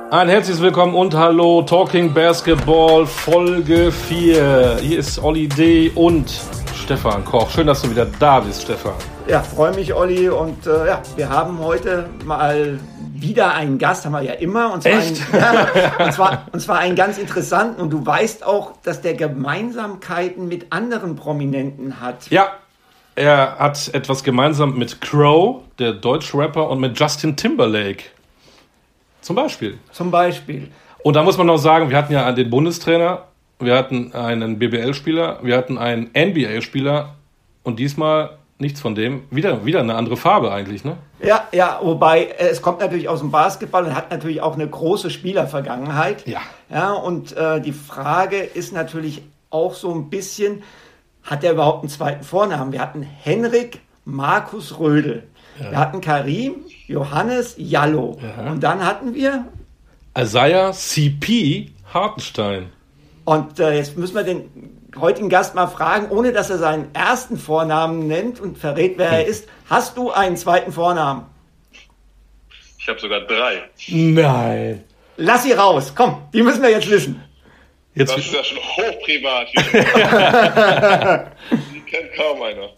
Ein herzliches Willkommen und hallo, Talking Basketball Folge 4. Hier ist Olli D. und Stefan Koch. Schön, dass du wieder da bist, Stefan. Ja, freue mich, Olli. Und wir haben heute mal wieder einen Gast, haben wir ja immer. Und zwar einen ganz interessanten. Und du weißt auch, dass der Gemeinsamkeiten mit anderen Prominenten hat. Ja, er hat etwas gemeinsam mit Crow, der Deutsch-Rapper, und mit Justin Timberlake. Zum Beispiel. Und da muss man noch sagen, wir hatten ja den Bundestrainer, wir hatten einen BBL-Spieler, wir hatten einen NBA-Spieler und diesmal nichts von dem. Wieder eine andere Farbe eigentlich, ne? Ja, wobei es kommt natürlich aus dem Basketball und hat natürlich auch eine große Spielervergangenheit. Ja, und die Frage ist natürlich auch so ein bisschen, hat er überhaupt einen zweiten Vornamen? Wir hatten Henrik Markus Rödel. Ja. Wir hatten Karim Johannes Jallo. Ja. Und dann hatten wir Isaiah CP Hartenstein. Und jetzt müssen wir den heutigen Gast mal fragen, ohne dass er seinen ersten Vornamen nennt und verrät, wer er ist. Hast du einen zweiten Vornamen? Ich habe sogar 3. Nein. Lass sie raus. Komm, die müssen wir jetzt wissen. Das ist ja schon hochprivat. Die kennt kaum einer.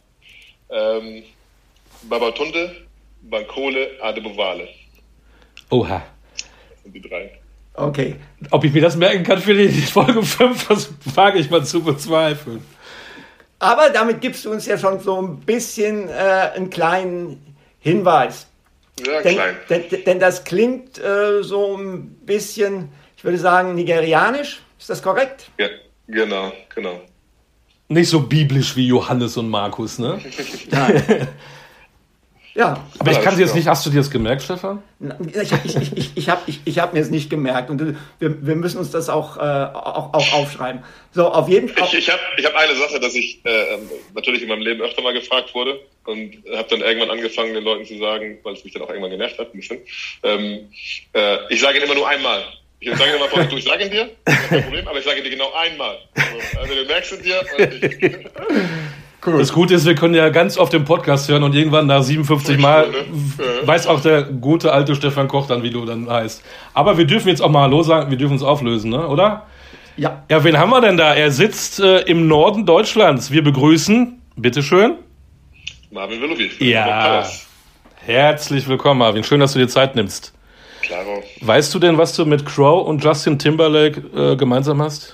Babatunde, Bankole, Adebowale. Oha. Das sind die 3. Okay. Ob ich mir das merken kann für die Folge 5, das wage ich mal zu bezweifeln. Aber damit gibst du uns ja schon so ein bisschen einen kleinen Hinweis. Ja, klein. Denn das klingt so ein bisschen, ich würde sagen, nigerianisch. Ist das korrekt? Ja, genau. Nicht so biblisch wie Johannes und Markus, ne? Nein. Ja. Aber ich kann sie jetzt nicht. Hast du dir das gemerkt, Stefan? Ich hab mir es nicht gemerkt. Und wir müssen uns das auch aufschreiben. So, auf jeden Fall. Ich hab eine Sache, dass ich natürlich in meinem Leben öfter mal gefragt wurde und habe dann irgendwann angefangen, den Leuten zu sagen, weil es mich dann auch irgendwann genervt hat, ein bisschen. Ich sage ihn immer nur einmal. Ich sage dir mal, ich sage ihn dir, das ist kein Problem, aber ich sage dir genau einmal. Also du merkst es dir. Cool. Das Gute ist, wir können ja ganz oft den Podcast hören und irgendwann nach 57 Mal weiß auch der gute alte Stefan Koch dann, wie du dann heißt. Aber wir dürfen jetzt auch mal Hallo sagen, wir dürfen uns auflösen, ne? Oder? Ja. Ja, wen haben wir denn da? Er sitzt im Norden Deutschlands. Wir begrüßen, bitteschön, Marvin Willoughby. Ja, herzlich willkommen, Marvin. Schön, dass du dir Zeit nimmst. Klaro. Weißt du denn, was du mit Crow und Justin Timberlake gemeinsam hast?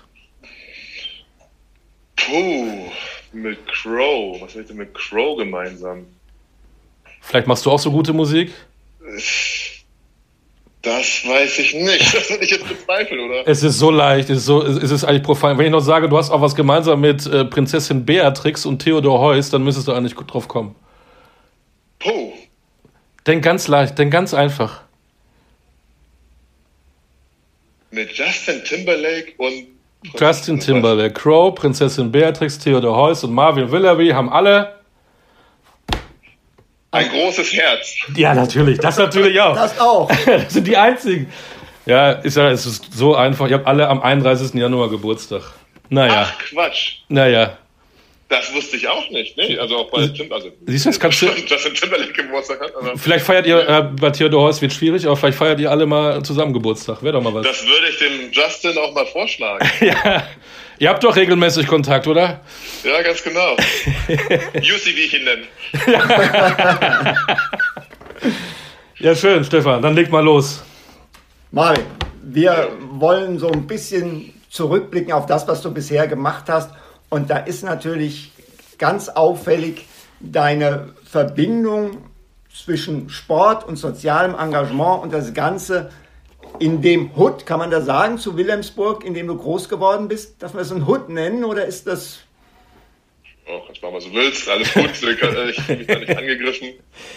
Mit Crow. Was habe ich denn mit Crow gemeinsam? Vielleicht machst du auch so gute Musik? Das weiß ich nicht. Das würde ich jetzt bezweifeln, oder? Es ist so leicht. Es ist eigentlich profan. Wenn ich noch sage, du hast auch was gemeinsam mit Prinzessin Beatrix und Theodor Heuss, dann müsstest du eigentlich gut drauf kommen. Denk ganz leicht, denk ganz einfach. Mit Justin Timberlake und Justin Timberlake, Crow, Prinzessin Beatrix, Theodor Heuss und Marvin Willoughby haben alle ein großes Herz. Ja, natürlich. Das natürlich auch. Das auch. Das sind die einzigen. Ja, es ist so einfach. Ich habe alle am 31. Januar Geburtstag. Naja. Ach, Quatsch. Naja. Das wusste ich auch nicht. Nee, also auch bei Tim, also siehst du, das kannst du. Justin Timberlake Geburtstag hat. Aber vielleicht feiert ihr, bei Theodor Heuss wird schwierig, aber vielleicht feiert ihr alle mal zusammen Geburtstag. Wäre doch mal was. Das würde ich dem Justin auch mal vorschlagen. Ja. Ihr habt doch regelmäßig Kontakt, oder? Ja, ganz genau. Jussi, wie ich ihn nenne. Ja, schön, Stefan. Dann leg mal los. Marvin, wir wollen so ein bisschen zurückblicken auf das, was du bisher gemacht hast. Und da ist natürlich ganz auffällig deine Verbindung zwischen Sport und sozialem Engagement und das Ganze in dem Hood, kann man da sagen, zu Wilhelmsburg, in dem du groß geworden bist. Darf man das ein Hood nennen oder ist das... Oh, kannst du machen, was du willst. Alles gut, ich fühle mich da nicht angegriffen.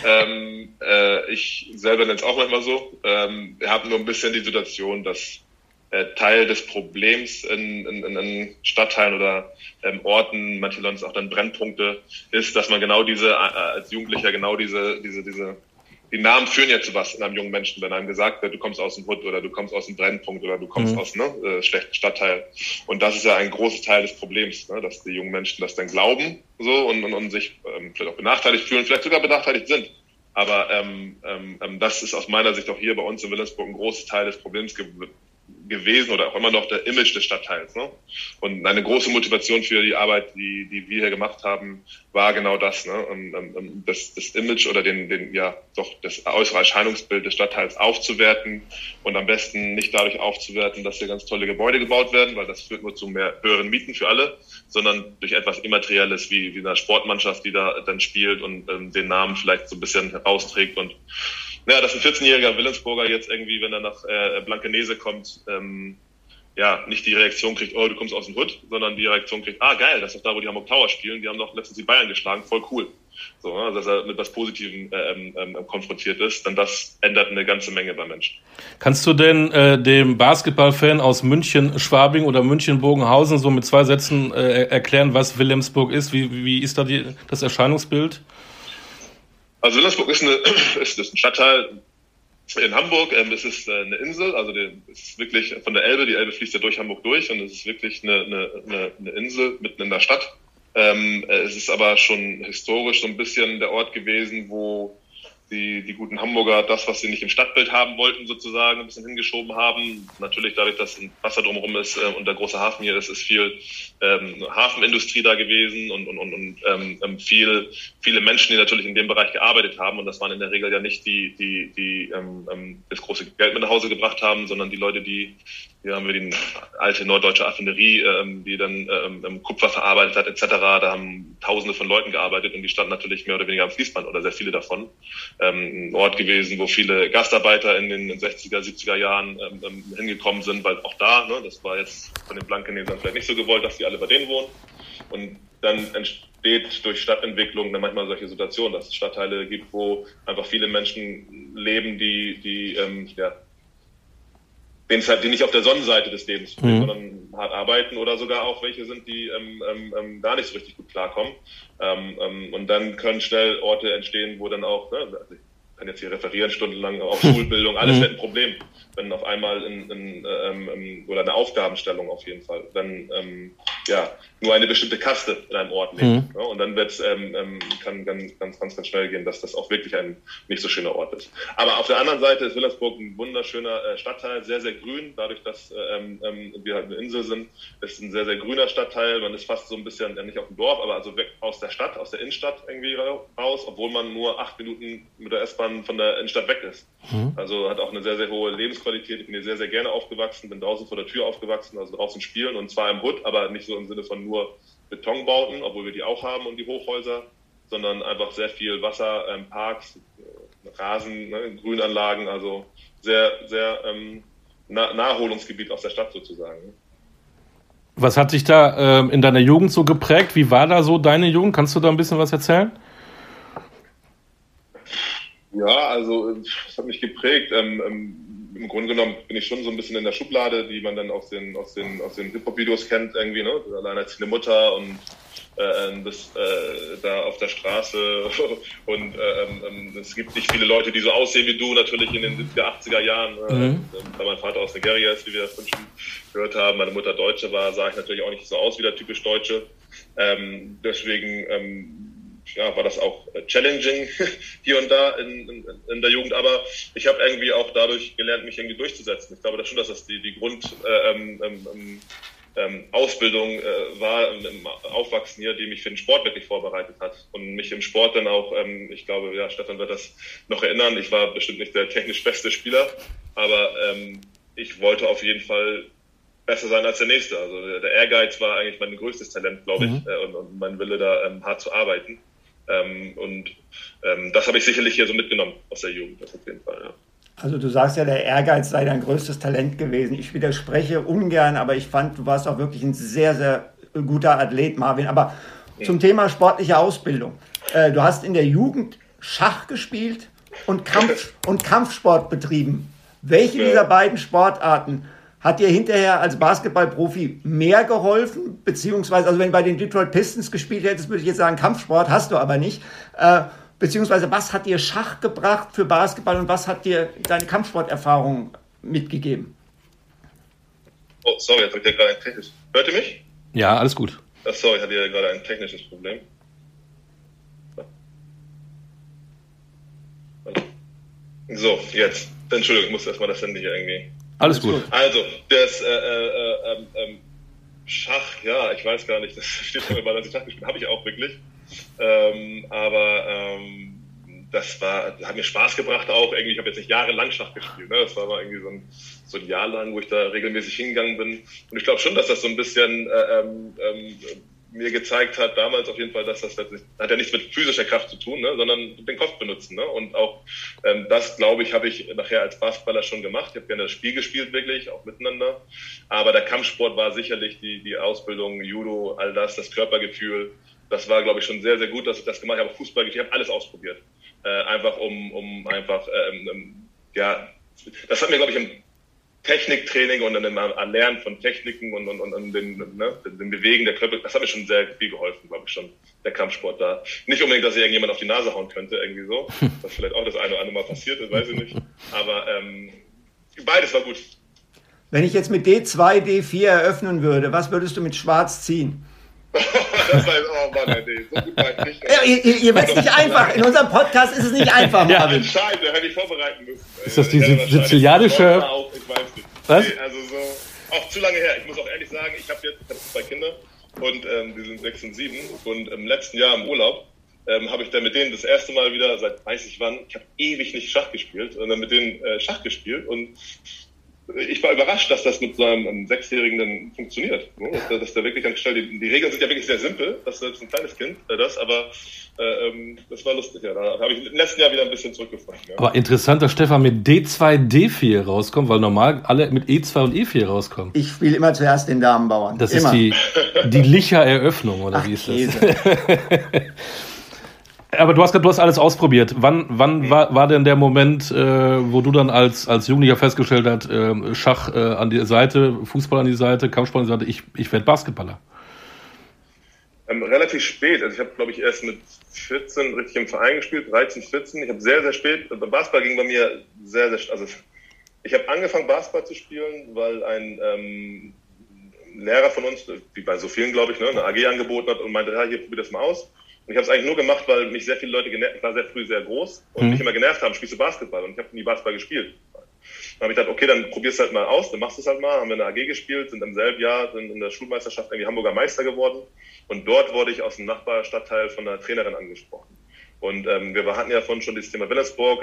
Ich selber nenne es auch manchmal so. Wir haben nur ein bisschen die Situation, dass Teil des Problems in Stadtteilen oder Orten, manche Leute auch dann Brennpunkte, ist, dass man genau als Jugendlicher genau die Namen führen ja zu was in einem jungen Menschen, wenn einem gesagt wird, du kommst aus dem Hood oder du kommst aus dem Brennpunkt oder du kommst aus schlechten Stadtteil. Und das ist ja ein großer Teil des Problems, ne, dass die jungen Menschen das dann glauben so und sich vielleicht auch benachteiligt fühlen, vielleicht sogar benachteiligt sind. Aber das ist aus meiner Sicht auch hier bei uns in Wilhelmsburg ein großes Teil des Problems gewesen oder auch immer noch der Image des Stadtteils. Ne? Und eine große Motivation für die Arbeit, die wir hier gemacht haben, war genau das. Ne? Und das Image oder das äußere Erscheinungsbild des Stadtteils aufzuwerten und am besten nicht dadurch aufzuwerten, dass hier ganz tolle Gebäude gebaut werden, weil das führt nur zu höheren Mieten für alle, sondern durch etwas Immaterielles wie eine Sportmannschaft, die da dann spielt und den Namen vielleicht so ein bisschen herausträgt. Und ja, dass ein 14-jähriger Wilhelmsburger jetzt irgendwie, wenn er nach Blankenese kommt, nicht die Reaktion kriegt, oh, du kommst aus dem Hood, sondern die Reaktion kriegt, geil, das ist doch da, wo die Hamburg Tower spielen, die haben doch letztens die Bayern geschlagen, voll cool. So, also dass er mit was Positivem konfrontiert ist, dann das ändert eine ganze Menge bei Menschen. Kannst du denn dem Basketballfan aus München, Schwabing oder München-Bogenhausen so mit 2 Sätzen erklären, was Wilhelmsburg ist? Wie ist da das Erscheinungsbild? Also Wilhelmsburg ist ein Stadtteil in Hamburg. Es ist eine Insel, also es ist wirklich von der Elbe. Die Elbe fließt ja durch Hamburg durch und es ist wirklich eine Insel mitten in der Stadt. Es ist aber schon historisch so ein bisschen der Ort gewesen, wo die guten Hamburger das, was sie nicht im Stadtbild haben wollten, sozusagen ein bisschen hingeschoben haben. Natürlich dadurch, dass ein Wasser drumherum ist und der große Hafen hier ist viel Hafenindustrie da gewesen und viele Menschen, die natürlich in dem Bereich gearbeitet haben. Und das waren in der Regel ja nicht die das große Geld mit nach Hause gebracht haben, sondern die Leute, hier haben wir die alte norddeutsche Affinerie, die dann Kupfer verarbeitet hat etc. Da haben Tausende von Leuten gearbeitet und die standen natürlich mehr oder weniger am Fließband oder sehr viele davon. Ein Ort gewesen, wo viele Gastarbeiter in den 60er, 70er Jahren hingekommen sind, weil auch da, das war jetzt von den Blankenesern vielleicht nicht so gewollt, dass die alle bei denen wohnen. Und dann entsteht durch Stadtentwicklung dann manchmal solche Situationen, dass es Stadtteile gibt, wo einfach viele Menschen leben, die nicht auf der Sonnenseite des Lebens stehen, sondern hart arbeiten oder sogar auch welche sind, die gar nicht so richtig gut klarkommen. Und dann können schnell Orte entstehen, wo dann auch, ich kann jetzt hier referieren stundenlang, auch Schulbildung, alles wird ein Problem, wenn auf einmal oder eine Aufgabenstellung auf jeden Fall, wenn nur eine bestimmte Kaste in einem Ort lebt. Ja, und dann kann ganz schnell gehen, dass das auch wirklich ein nicht so schöner Ort ist. Aber auf der anderen Seite ist Wilhelmsburg ein wunderschöner Stadtteil, sehr, sehr grün, dadurch, dass wir halt eine Insel sind, ist ein sehr, sehr grüner Stadtteil. Man ist fast so ein bisschen, nicht auf dem Dorf, aber also weg aus der Stadt, aus der Innenstadt irgendwie raus, obwohl man nur 8 Minuten mit der S-Bahn von der Innenstadt weg ist. Also hat auch eine sehr, sehr hohe Lebensqualität. Ich bin hier sehr, sehr gerne aufgewachsen, bin draußen vor der Tür aufgewachsen, also draußen spielen und zwar im Hood, aber nicht so im Sinne von nur Betonbauten, obwohl wir die auch haben und die Hochhäuser, sondern einfach sehr viel Wasser, Parks, Rasen, Grünanlagen, also sehr, sehr Naherholungsgebiet aus der Stadt sozusagen. Was hat dich da in deiner Jugend so geprägt? Wie war da so deine Jugend? Kannst du da ein bisschen was erzählen? Ja, also es hat mich geprägt. Im Grunde genommen bin ich schon so ein bisschen in der Schublade, die man dann aus den Hip-Hop-Videos kennt irgendwie, ne? Alleinerziehende Mutter und bist da auf der Straße und es gibt nicht viele Leute, die so aussehen wie du, natürlich in den 70er, 80er Jahren, da mein Vater aus Nigeria ist, wie wir das schon gehört haben, meine Mutter Deutsche war, sah ich natürlich auch nicht so aus wie der typisch Deutsche, deswegen war das auch challenging hier und da in der Jugend, aber ich habe irgendwie auch dadurch gelernt, mich irgendwie durchzusetzen. Ich glaube schon, dass das die Ausbildung war im Aufwachsen hier, die mich für den Sport wirklich vorbereitet hat und mich im Sport dann auch, ich glaube, Stefan wird das noch erinnern, ich war bestimmt nicht der technisch beste Spieler, aber ich wollte auf jeden Fall besser sein als der Nächste. Also der Ehrgeiz war eigentlich mein größtes Talent, glaube ich, und mein Wille da hart zu arbeiten. Das habe ich sicherlich hier so mitgenommen aus der Jugend, das auf jeden Fall, ja. Also du sagst ja, der Ehrgeiz sei dein größtes Talent gewesen. Ich widerspreche ungern, aber ich fand, du warst auch wirklich ein sehr, sehr guter Athlet, Marvin. Aber zum Thema sportliche Ausbildung. Du hast in der Jugend Schach gespielt und Kampfsport betrieben. Welche dieser beiden Sportarten hat dir hinterher als Basketballprofi mehr geholfen? Beziehungsweise, also wenn du bei den Detroit Pistons gespielt hättest, würde ich jetzt sagen, Kampfsport hast du aber nicht. Beziehungsweise, was hat dir Schach gebracht für Basketball und was hat dir deine Kampfsporterfahrung mitgegeben? Oh, sorry, jetzt habe ich gerade ein technisches... Hört ihr mich? Ja, alles gut. Sorry, ich hatte ja gerade ein technisches Problem. So, jetzt. Entschuldigung, ich muss erstmal das Handy hier irgendwie. Alles gut. Also, das Schach, ja, ich weiß gar nicht, das steht schon immer, dass ich Schach gespielt habe, ich auch wirklich. Aber das hat mir Spaß gebracht auch. Irgendwie, ich habe jetzt nicht jahrelang Schach gespielt. Ne? Das war mal irgendwie so ein Jahr lang, wo ich da regelmäßig hingegangen bin. Und ich glaube schon, dass das so ein bisschen mir gezeigt hat, damals auf jeden Fall, dass das hat ja nichts mit physischer Kraft zu tun, ne? Sondern den Kopf benutzen. Ne? Und auch das, glaube ich, habe ich nachher als Basketballer schon gemacht. Ich habe gerne das Spiel gespielt, wirklich, auch miteinander. Aber der Kampfsport war sicherlich die Ausbildung, Judo, all das Körpergefühl. Das war, glaube ich, schon sehr, sehr gut, dass ich das gemacht habe. Fußball, ich habe alles ausprobiert. Einfach ja, das hat mir, glaube ich, im Techniktraining und im Erlernen von Techniken und dem Bewegen der Körper, das hat mir schon sehr viel geholfen, glaube ich schon, der Kampfsport da. Nicht unbedingt, dass ich irgendjemand auf die Nase hauen könnte, irgendwie so. Was vielleicht auch das eine oder andere Mal passiert ist, weiß ich nicht. Aber beides war gut. Wenn ich jetzt mit D2, D4 eröffnen würde, was würdest du mit Schwarz ziehen? Das heißt, oh Mann, nee, so gut war ich nicht. Ja, ihr wird es nicht einfach. In unserem Podcast ist es nicht einfach, Marvin. Ja, schade, da hätte ich vorbereiten müssen. Ist das die sizilianische... Ich weiß nicht. Was? Nee, also so, auch zu lange her. Ich muss auch ehrlich sagen, ich habe 2 Kinder und die sind 6 und 7 und im letzten Jahr im Urlaub habe ich dann mit denen das erste Mal wieder, seit weiß ich wann, ich habe ewig nicht Schach gespielt und dann mit denen Schach gespielt und ich war überrascht, dass das mit so einem 6-Jährigen dann funktioniert. Dass da wirklich ganz schnell, die Regeln sind ja wirklich sehr simpel, das ist ein kleines Kind, aber das war lustig. Ja. Da habe ich im letzten Jahr wieder ein bisschen zurückgefunden. Ja. Aber interessant, dass Stefan mit D2, D4 rauskommt, weil normal alle mit E2 und E4 rauskommen. Ich spiele immer zuerst den Damenbauern. Das immer. Ist die Licher-Eröffnung, oder wie ist das? Aber du hast alles ausprobiert. Wann war denn der Moment, wo du dann als Jugendlicher festgestellt hast, Schach an die Seite, Fußball an die Seite, Kampfsport an die Seite, ich werde Basketballer? Relativ spät. Also ich habe, glaube ich, erst mit 14 richtig im Verein gespielt, 13, 14. Ich habe sehr, sehr spät, Basketball ging bei mir sehr, sehr, also ich habe angefangen Basketball zu spielen, weil ein Lehrer von uns, wie bei so vielen, glaube ich, eine AG angeboten hat und meinte, ja, hier, probier das mal aus. Und ich habe es eigentlich nur gemacht, weil mich sehr viele Leute genervt, ich war sehr früh sehr groß und mich immer genervt haben, spielst du Basketball? Und ich habe nie Basketball gespielt. Dann habe ich gedacht, okay, dann probierst du halt mal aus, dann machst du es halt mal. Haben wir in der AG gespielt, sind im selben Jahr in der Schulmeisterschaft irgendwie Hamburger Meister geworden. Und dort wurde ich aus dem Nachbarstadtteil von einer Trainerin angesprochen. Und wir hatten ja vorhin schon das Thema Wilhelmsburg.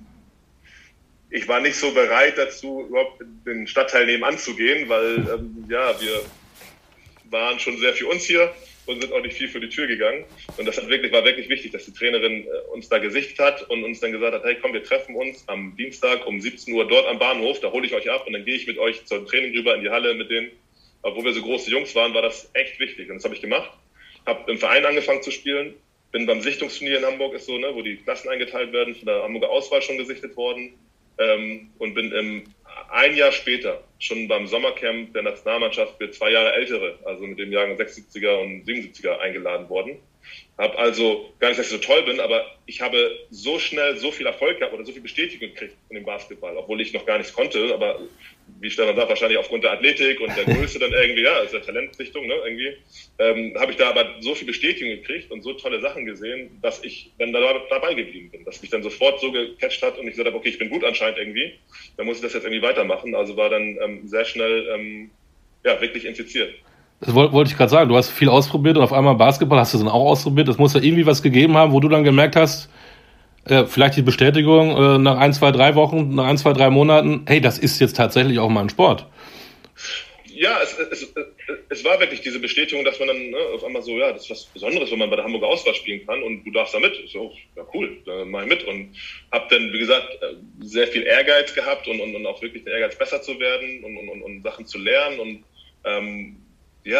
Ich war nicht so bereit dazu, überhaupt den Stadtteil nebenan zu gehen, weil wir waren schon sehr für uns hier und sind auch nicht viel für die Tür gegangen. Und das war wirklich wichtig, dass die Trainerin uns da gesichtet hat und uns dann gesagt hat, hey komm, wir treffen uns am Dienstag um 17 Uhr dort am Bahnhof, da hole ich euch ab und dann gehe ich mit euch zum Training rüber in die Halle mit denen. Obwohl wir so große Jungs waren, war das echt wichtig. Und das habe ich gemacht. Habe im Verein angefangen zu spielen, bin beim Sichtungsturnier in Hamburg, ist so, ne, wo die Klassen eingeteilt werden, von der Hamburger Auswahl schon gesichtet worden. Und bin ein Jahr später schon beim Sommercamp der Nationalmannschaft für 2 Jahre Ältere, also mit dem Jahrgang 76er und 77er eingeladen worden. Habe also, gar nicht, dass ich so toll bin, aber ich habe so schnell so viel Erfolg gehabt oder so viel Bestätigung gekriegt in dem Basketball, obwohl ich noch gar nichts konnte, aber wie Stefan sagt, wahrscheinlich aufgrund der Athletik und der Größe dann irgendwie, ja, ist ja Talentsichtung, ne, irgendwie, habe ich da aber so viel Bestätigung gekriegt und so tolle Sachen gesehen, dass ich dann dabei geblieben bin, dass mich dann sofort so gecatcht hat und ich gesagt habe, okay, ich bin gut anscheinend irgendwie, dann muss ich das jetzt irgendwie weitermachen, also war dann sehr schnell, wirklich infiziert. Das wollte ich gerade sagen, du hast viel ausprobiert und auf einmal Basketball hast du dann auch ausprobiert, das muss ja irgendwie was gegeben haben, wo du dann gemerkt hast, vielleicht die Bestätigung nach 1, 2, 3 Wochen, nach 1, 2, 3 Monaten, hey, das ist jetzt tatsächlich auch mal ein Sport. Ja, es war wirklich diese Bestätigung, dass man dann auf einmal so, ja, das ist was Besonderes, wenn man bei der Hamburger Auswahl spielen kann und du darfst da mit. So, ja cool, dann mach ich mit. Und habe dann, wie gesagt, sehr viel Ehrgeiz gehabt und auch wirklich den Ehrgeiz, besser zu werden und Sachen zu lernen. Und ich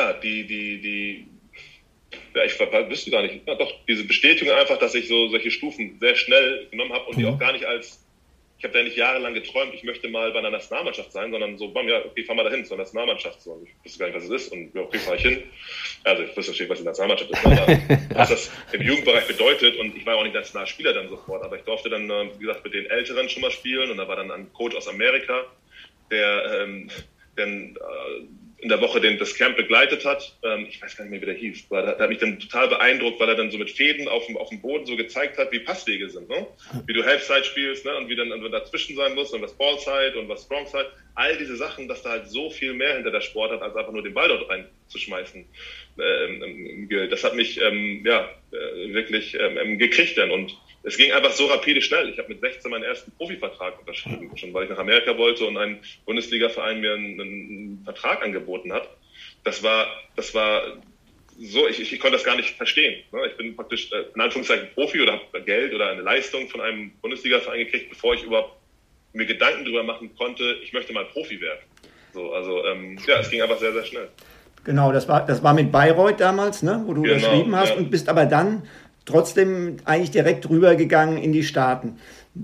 wüsste gar nicht, ja, doch, diese Bestätigung einfach, dass ich so solche Stufen sehr schnell genommen habe und die auch gar nicht ich habe da nicht jahrelang geträumt, ich möchte mal bei einer Nationalmannschaft sein, sondern so, bam, ja, okay, fahr mal dahin zur Nationalmannschaft. So, ich wusste gar nicht, was es ist und ja, okay, fahr ich hin. Also ich wusste natürlich, was die Nationalmannschaft ist, aber was das im Jugendbereich bedeutet und ich war auch nicht Nationalspieler dann sofort, aber ich durfte dann, wie gesagt, mit den Älteren schon mal spielen und da war dann ein Coach aus Amerika, der dann in der Woche das Camp begleitet hat. Ich weiß gar nicht mehr, wie der hieß. Der hat mich dann total beeindruckt, weil er dann so mit Fäden auf dem Boden so gezeigt hat, wie Passwege sind. Ne? Wie du Half-Side spielst, ne? Und wie dann dazwischen sein musst und was Ball-Side und was Strong-Side. All diese Sachen, dass da halt so viel mehr hinter der Sport hat, als einfach nur den Ball dort reinzuschmeißen. Das hat mich wirklich gekriegt dann. Und es ging einfach so rapide schnell. Ich habe mit 16 meinen ersten Profivertrag unterschrieben, schon weil ich nach Amerika wollte und ein Bundesliga-Verein mir einen Vertrag angeboten hat. Das war so, ich konnte das gar nicht verstehen. Ich bin praktisch in Anführungszeichen Profi oder habe Geld oder eine Leistung von einem Bundesliga-Verein gekriegt, bevor ich überhaupt mir Gedanken darüber machen konnte, ich möchte mal Profi werden. So, also es ging einfach sehr, sehr schnell. Genau, das war mit Bayreuth damals, ne, wo du unterschrieben hast, und bist aber dann trotzdem eigentlich direkt rübergegangen in die Staaten.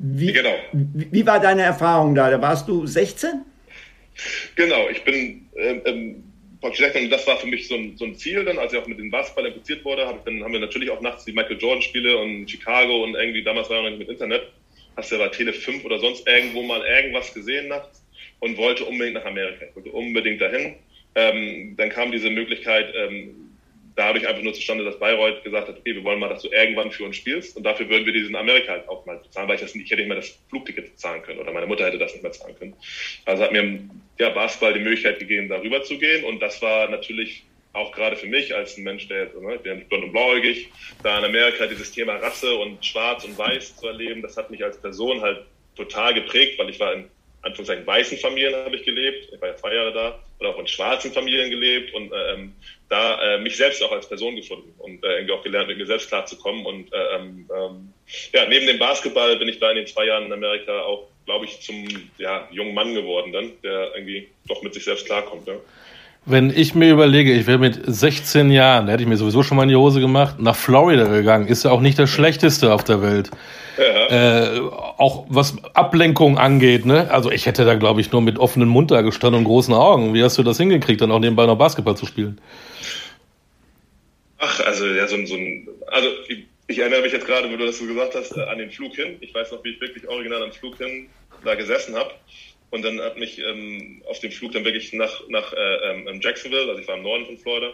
Wie war deine Erfahrung da? Da warst du 16? Genau, ich bin praktisch 16 und das war für mich so ein Ziel dann, als ich auch mit dem Basketball infiziert wurde, haben wir natürlich auch nachts die Michael Jordan Spiele und Chicago und irgendwie, damals war ja noch nicht mit Internet, hast du ja bei Tele 5 oder sonst irgendwo mal irgendwas gesehen nachts und wollte unbedingt nach Amerika, ich wollte unbedingt dahin. Dann kam diese Möglichkeit, dadurch einfach nur zustande, dass Bayreuth gesagt hat, okay, wir wollen mal, dass du irgendwann für uns spielst und dafür würden wir diesen Amerika halt auch mal bezahlen, weil ich hätte nicht mehr das Flugticket zahlen können oder meine Mutter hätte das nicht mehr zahlen können. Also hat mir Basketball die Möglichkeit gegeben, darüber zu gehen und das war natürlich auch gerade für mich als ein Mensch, ich bin blond und blauäugig, da in Amerika dieses Thema Rasse und Schwarz und Weiß zu erleben, das hat mich als Person halt total geprägt, weil ich war in Anführungszeichen weißen Familien habe ich gelebt, ich war ja 2 Jahre da, oder auch in schwarzen Familien gelebt und mich selbst auch als Person gefunden und irgendwie auch gelernt, mit mir selbst klarzukommen und neben dem Basketball bin ich da in den 2 Jahren in Amerika auch, glaube ich, zum jungen Mann geworden dann, der irgendwie doch mit sich selbst klarkommt. Ja. Wenn ich mir überlege, ich wäre mit 16 Jahren, da hätte ich mir sowieso schon mal in die Hose gemacht, nach Florida gegangen, ist ja auch nicht das Schlechteste auf der Welt. Ja. Auch was Ablenkung angeht, ne? Also ich hätte da, glaube ich, nur mit offenem Mund da gestanden und großen Augen. Wie hast du das hingekriegt, dann auch nebenbei noch Basketball zu spielen? Ach, also ich erinnere mich jetzt gerade, wo du das so gesagt hast, an den Flug hin. Ich weiß noch, wie ich wirklich original am Flug hin da gesessen habe. Und dann hat mich auf dem Flug dann wirklich nach Jacksonville, also ich war im Norden von Florida,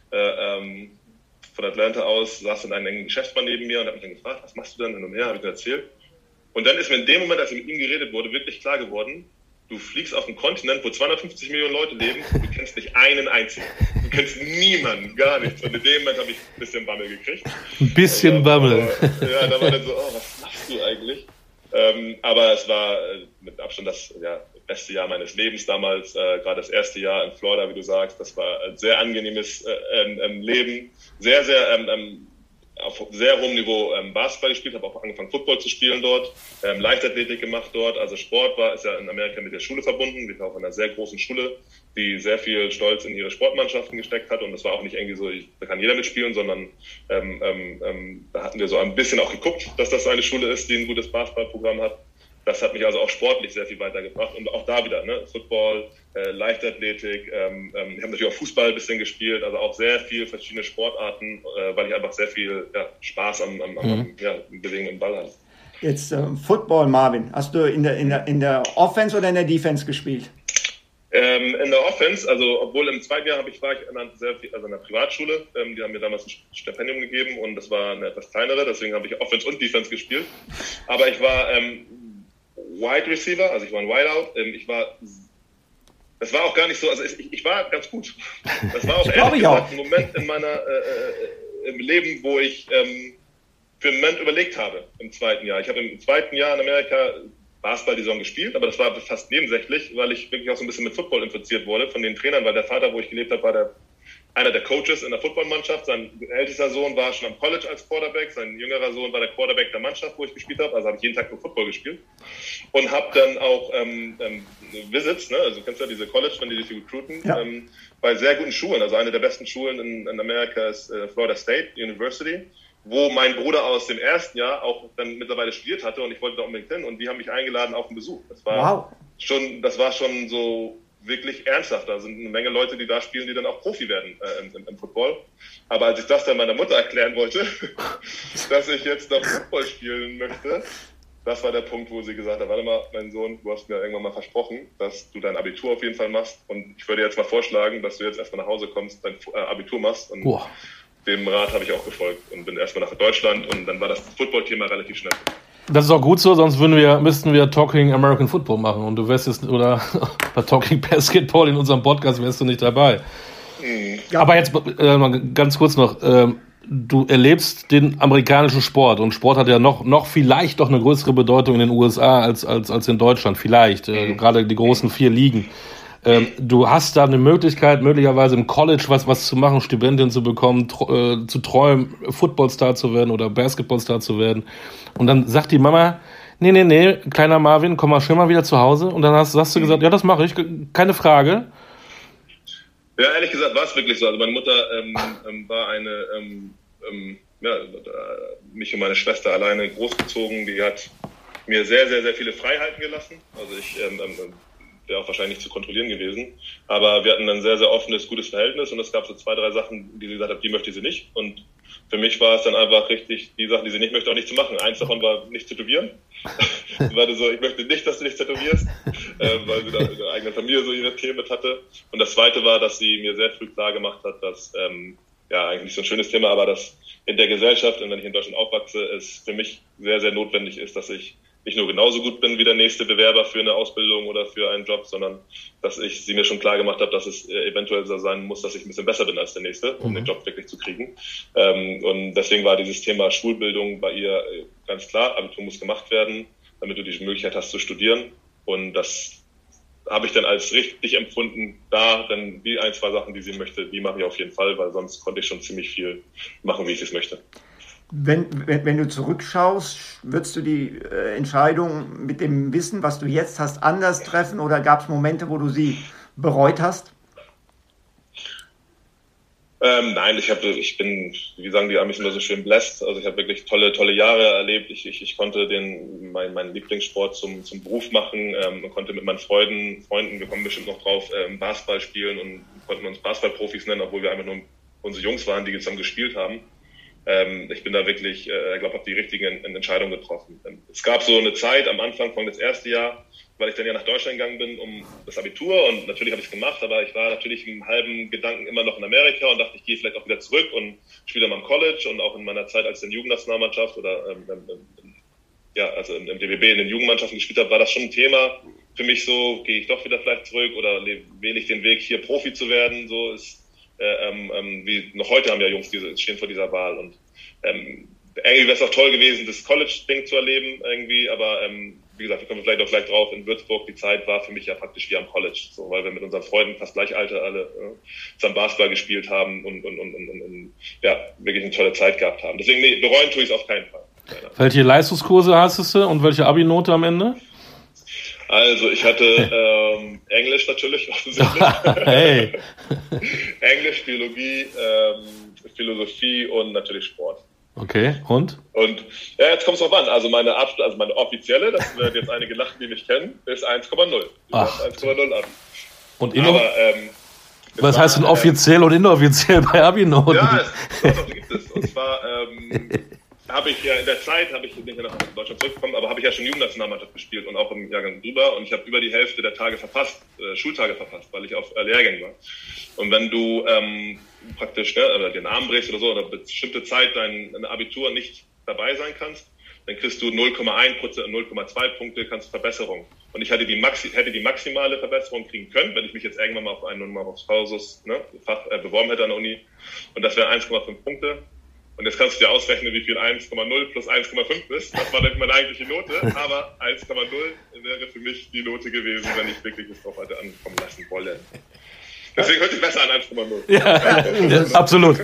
von Atlanta aus, saß dann ein Geschäftsmann neben mir und hat mich dann gefragt, was machst du denn hin und her, habe ich dann erzählt. Und dann ist mir in dem Moment, als mit ihm geredet wurde, wirklich klar geworden, du fliegst auf einen Kontinent, wo 250 Millionen Leute leben, du kennst nicht einen einzigen. Du kennst niemanden, gar nichts. Und in dem Moment habe ich ein bisschen Bammel gekriegt. Ein bisschen Bammel. Ja, da war dann so, was machst du eigentlich? Aber es war mit Abstand das beste Jahr meines Lebens damals, gerade das erste Jahr in Florida, wie du sagst, das war ein sehr angenehmes Leben, sehr, sehr auf sehr hohem Niveau Basketball gespielt, habe auch angefangen Football zu spielen dort, Leichtathletik gemacht dort, also Sport ist ja in Amerika mit der Schule verbunden, wir waren auch in einer sehr großen Schule, die sehr viel Stolz in ihre Sportmannschaften gesteckt hat und das war auch nicht irgendwie so, da kann jeder mitspielen, sondern da hatten wir so ein bisschen auch geguckt, dass das eine Schule ist, die ein gutes Basketballprogramm hat. Das hat mich also auch sportlich sehr viel weitergebracht und auch da wieder, ne, Football, Leichtathletik, ich habe natürlich auch Fußball ein bisschen gespielt, also auch sehr viel verschiedene Sportarten, weil ich einfach sehr viel Spaß am Bewegen im Ball hatte. Jetzt Football, Marvin, hast du in der Offense oder in der Defense gespielt? In der Offense, also obwohl im zweiten Jahr war ich in einer Privatschule, die haben mir damals ein Stipendium gegeben und das war eine etwas kleinere, deswegen habe ich Offense und Defense gespielt, aber ich war Wide Receiver, also ich war ein Wideout, das war auch gar nicht so, also ich war ganz gut. Das war auch ehrlich gesagt ein Moment in meiner im Leben, wo ich für einen Moment überlegt habe im zweiten Jahr. Ich habe im zweiten Jahr in Amerika Basketball die Saison gespielt, aber das war fast nebensächlich, weil ich wirklich auch so ein bisschen mit Football infiziert wurde von den Trainern, weil der Vater, wo ich gelebt habe, war einer der Coaches in der Footballmannschaft. Sein ältester Sohn war schon am College als Quarterback, sein jüngerer Sohn war der Quarterback der Mannschaft, wo ich gespielt habe, also habe ich jeden Tag nur Football gespielt und habe dann auch Visits, ne? Also du kennst ja diese College, wenn die dich recruiten, bei sehr guten Schulen, also eine der besten Schulen in Amerika ist Florida State University, wo mein Bruder aus dem ersten Jahr auch dann mittlerweile studiert hatte und ich wollte da unbedingt hin und die haben mich eingeladen auf einen Besuch. Das war schon so wirklich ernsthaft. Da sind eine Menge Leute, die da spielen, die dann auch Profi werden im Football. Aber als ich das dann meiner Mutter erklären wollte, dass ich jetzt noch Football spielen möchte, das war der Punkt, wo sie gesagt hat, warte mal, mein Sohn, du hast mir irgendwann mal versprochen, dass du dein Abitur auf jeden Fall machst. Und ich würde jetzt mal vorschlagen, dass du jetzt erstmal nach Hause kommst, dein Abitur machst. Und dem Rat habe ich auch gefolgt und bin erstmal nach Deutschland. Und dann war das Football-Thema relativ schnell. Das ist auch gut so, sonst müssten wir Talking American Football machen. Und du wärst jetzt, oder bei Talking Basketball in unserem Podcast wärst du nicht dabei. Ja. Aber jetzt ganz kurz noch, du erlebst den amerikanischen Sport und Sport hat ja noch vielleicht doch eine größere Bedeutung in den USA als in Deutschland, vielleicht, gerade die großen 4 Ligen. Du hast da eine Möglichkeit, möglicherweise im College was zu machen, Stipendien zu bekommen, zu träumen, Footballstar zu werden oder Basketballstar zu werden. Und dann sagt die Mama, nee, kleiner Marvin, komm mal schön mal wieder zu Hause. Und dann hast du gesagt, ja, das mache ich, keine Frage. Ja, ehrlich gesagt war es wirklich so. Also meine Mutter war eine, mich und meine Schwester alleine großgezogen. Die hat mir sehr, sehr, sehr viele Freiheiten gelassen. Also ich wäre auch wahrscheinlich nicht zu kontrollieren gewesen. Aber wir hatten ein sehr, sehr offenes, gutes Verhältnis. Und es gab so 2, 3 Sachen, die sie gesagt hat, die möchte sie nicht. Und für mich war es dann einfach richtig, die Sachen, die sie nicht möchte, auch nicht zu machen. Eins davon war, nicht zu tätowieren. Weil so, ich möchte nicht, dass du dich tätowierst, weil sie da in der eigenen Familie so ihre Themen mit hatte. Und das Zweite war, dass sie mir sehr früh klar gemacht hat, dass, eigentlich nicht so ein schönes Thema, aber dass in der Gesellschaft, und wenn ich in Deutschland aufwachse, es für mich sehr, sehr notwendig ist, dass ich nicht nur genauso gut bin wie der nächste Bewerber für eine Ausbildung oder für einen Job, sondern dass sie mir schon klar gemacht habe, dass es eventuell so sein muss, dass ich ein bisschen besser bin als der Nächste, um den Job wirklich zu kriegen. Und deswegen war dieses Thema Schulbildung bei ihr ganz klar. Abitur muss gemacht werden, damit du die Möglichkeit hast zu studieren. Und das habe ich dann als richtig empfunden, dann die 1, 2 Sachen, die sie möchte, die mache ich auf jeden Fall, weil sonst konnte ich schon ziemlich viel machen, wie ich es möchte. Wenn du zurückschaust, würdest du die Entscheidung mit dem Wissen, was du jetzt hast, anders treffen oder gab es Momente, wo du sie bereut hast? Nein, ich bin, wie sagen die Amis immer so schön, blessed. Also ich habe wirklich tolle Jahre erlebt. Ich konnte meinen Lieblingssport zum Beruf machen und konnte mit meinen Freunden, wir kommen bestimmt noch drauf, Basketball spielen und konnten uns Basketballprofis nennen, obwohl wir einfach nur unsere Jungs waren, die zusammen gespielt haben. Ich bin da wirklich, habe die richtigen Entscheidungen getroffen. Es gab so eine Zeit am Anfang von das erste Jahr, weil ich dann ja nach Deutschland gegangen bin, um das Abitur, und natürlich habe ich es gemacht, aber ich war natürlich im halben Gedanken immer noch in Amerika und dachte, ich gehe vielleicht auch wieder zurück und spiele dann am College und auch in meiner Zeit als in der Jugendnationalmannschaft oder also im DBB in den Jugendmannschaften gespielt habe, war das schon ein Thema für mich so, gehe ich doch wieder vielleicht zurück oder wähle ich den Weg, hier Profi zu werden, so ist wie noch heute haben ja Jungs stehen vor dieser Wahl und irgendwie wäre es auch toll gewesen, das College-Ding zu erleben irgendwie, aber wie gesagt, wir kommen vielleicht auch gleich drauf, in Würzburg, die Zeit war für mich ja praktisch wie am College, so, weil wir mit unseren Freunden fast gleich Alter alle zusammen Basketball gespielt haben und wirklich eine tolle Zeit gehabt haben. Deswegen, bereuen tue ich es auf keinen Fall. Welche Leistungskurse hast du und welche Abi-Note am Ende? Also ich hatte Englisch natürlich offensichtlich. Hey. Englisch, Biologie, Philosophie und natürlich Sport. Okay, und? Und jetzt kommt es drauf an. Also meine offizielle, das werden jetzt einige lachen, die mich kennen, ist 1,0. 1,0 Abi. Und was heißt denn offiziell und inoffiziell bei Abi-Noten? Ja, doch gibt es. Und zwar habe ich ja in der Zeit, bin ich ja nach Deutschland zurückgekommen, aber habe ich ja schon Jugendnationalmannschaft gespielt und auch im Jahrgang drüber, und ich habe über die Hälfte der Tage Schultage verpasst, weil ich auf Lehrgängen war. Und wenn du praktisch oder den Arm brichst oder so, oder eine bestimmte Zeit dein Abitur nicht dabei sein kannst, dann kriegst du 0,1%, 0,2 Punkte, kannst Verbesserung. Und ich hätte die maximale Verbesserung kriegen können, wenn ich mich jetzt irgendwann mal auf einen Fach beworben hätte an der Uni. Und das wären 1,5 Punkte. Und jetzt kannst du dir ausrechnen, wie viel 1,0 plus 1,5 ist. Das war dann meine eigentliche Note. Aber 1,0 wäre für mich die Note gewesen, wenn ich wirklich es drauf hätte ankommen lassen wollen. Deswegen hört sich besser an 1,0. Ja, absolut.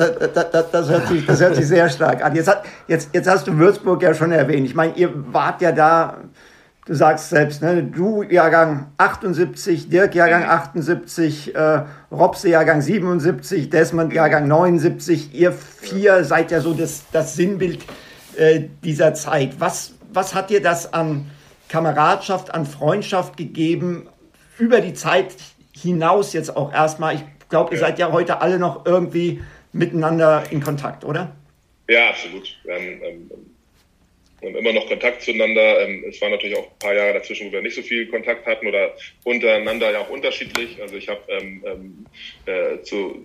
Das hört sich sehr stark an. Jetzt hast du Würzburg ja schon erwähnt. Ich meine, ihr wart ja da, du sagst selbst, ne, du Jahrgang 78, Dirk Jahrgang 78, Robse Jahrgang 77, Desmond Jahrgang 79. Ihr 4 seid ja so das Sinnbild dieser Zeit. Was hat dir das an Kameradschaft, an Freundschaft gegeben über die Zeit hinaus jetzt auch erstmal? Ich glaube, ihr seid ja heute alle noch irgendwie miteinander in Kontakt, oder? Ja, absolut. haben immer noch Kontakt zueinander. Es waren natürlich auch ein paar Jahre dazwischen, wo wir nicht so viel Kontakt hatten oder untereinander ja auch unterschiedlich. Also ich habe zu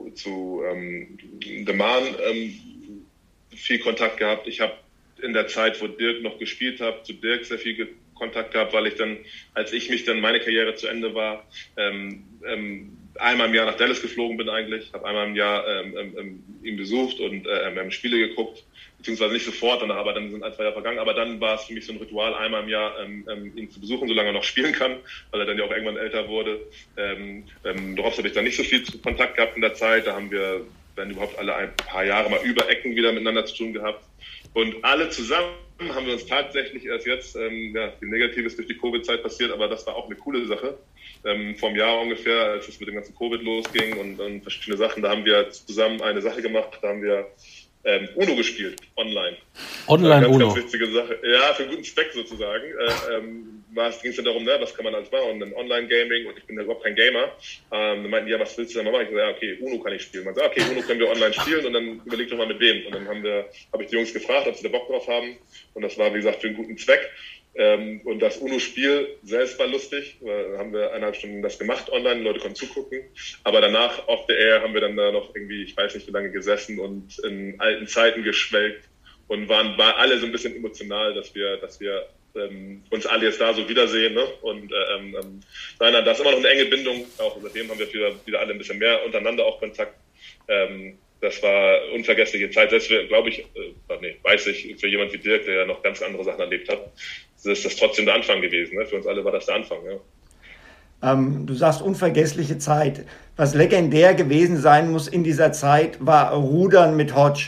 The Man viel Kontakt gehabt. Ich habe in der Zeit, wo Dirk noch gespielt hat, zu Dirk sehr viel Kontakt gehabt, weil ich dann, als meine Karriere zu Ende war, einmal im Jahr nach Dallas geflogen bin eigentlich, habe einmal im Jahr ihn besucht und wir haben Spiele geguckt, beziehungsweise nicht sofort, aber dann sind 1-2 Jahre vergangen, aber dann war es für mich so ein Ritual, einmal im Jahr ihn zu besuchen, solange er noch spielen kann, weil er dann ja auch irgendwann älter wurde. Darauf habe ich dann nicht so viel Kontakt gehabt in der Zeit, da haben wir, wenn überhaupt, alle ein paar Jahre mal über Ecken wieder miteinander zu tun gehabt. Und alle zusammen haben wir uns tatsächlich erst jetzt, viel Negatives durch die Covid-Zeit passiert, aber das war auch eine coole Sache. Vor einem Jahr ungefähr, als es mit dem ganzen Covid losging und verschiedene Sachen, da haben wir zusammen eine Sache gemacht, da haben wir Uno gespielt, online. Online ganz, Uno. Ganz witzige Sache. Ja, für einen guten Zweck sozusagen. Ging es dann darum, was kann man alles machen? Und dann Online-Gaming, und ich bin ja überhaupt kein Gamer. Dann meinten die, ja, was willst du denn mal machen? Ich gesagt, ja, okay, Uno kann ich spielen. Man sagt, okay, Uno können wir online spielen, und dann überleg doch mal mit wem. Und dann habe ich die Jungs gefragt, ob sie da Bock drauf haben. Und das war, wie gesagt, für einen guten Zweck. Und das Uno-Spiel selbst war lustig. Da haben wir 1,5 Stunden das gemacht online, die Leute konnten zugucken. Aber danach, off the air, haben wir dann da noch irgendwie, ich weiß nicht wie lange, gesessen und in alten Zeiten geschwelgt und waren alle so ein bisschen emotional, dass wir uns alle jetzt da so wiedersehen. Ne? Und nein, da ist immer noch eine enge Bindung. Auch seitdem haben wir wieder alle ein bisschen mehr untereinander auch Kontakt. Das war unvergessliche Zeit. Selbst, glaube ich, weiß ich, für jemand wie Dirk, der ja noch ganz andere Sachen erlebt hat, ist das trotzdem der Anfang gewesen. Ne? Für uns alle war das der Anfang. Ja. Du sagst unvergessliche Zeit. Was legendär gewesen sein muss in dieser Zeit, war Rudern mit Hodge.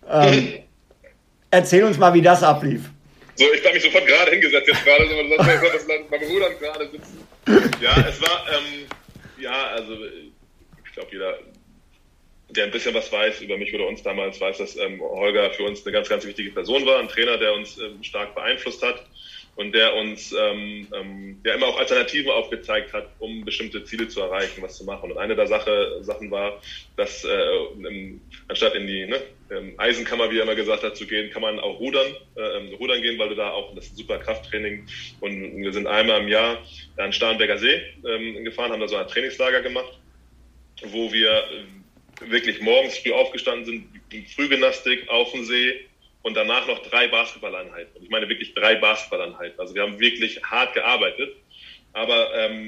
Erzähl uns mal, wie das ablief. So, ich habe mich sofort gerade hingesetzt, jetzt gerade, so, beim Rudern gerade sitzen. Ja, es war, also ich glaube, jeder, der ein bisschen was weiß über mich oder uns damals, weiß, dass Holger für uns eine ganz, ganz wichtige Person war, ein Trainer, der uns stark beeinflusst hat und der uns ja immer auch Alternativen aufgezeigt hat, um bestimmte Ziele zu erreichen, was zu machen. Und eine der Sachen war, dass anstatt in die Eisenkammer, wie er immer gesagt hat, zu gehen, kann man auch rudern gehen, weil du da auch, das ist ein super Krafttraining. Und wir sind einmal im Jahr an Starnberger See gefahren, haben da so ein Trainingslager gemacht, wo wir wirklich morgens früh aufgestanden sind, Frühgymnastik auf dem See und danach noch 3 Basketballeinheiten. Und ich meine wirklich 3 Basketballeinheiten. Also wir haben wirklich hart gearbeitet. Aber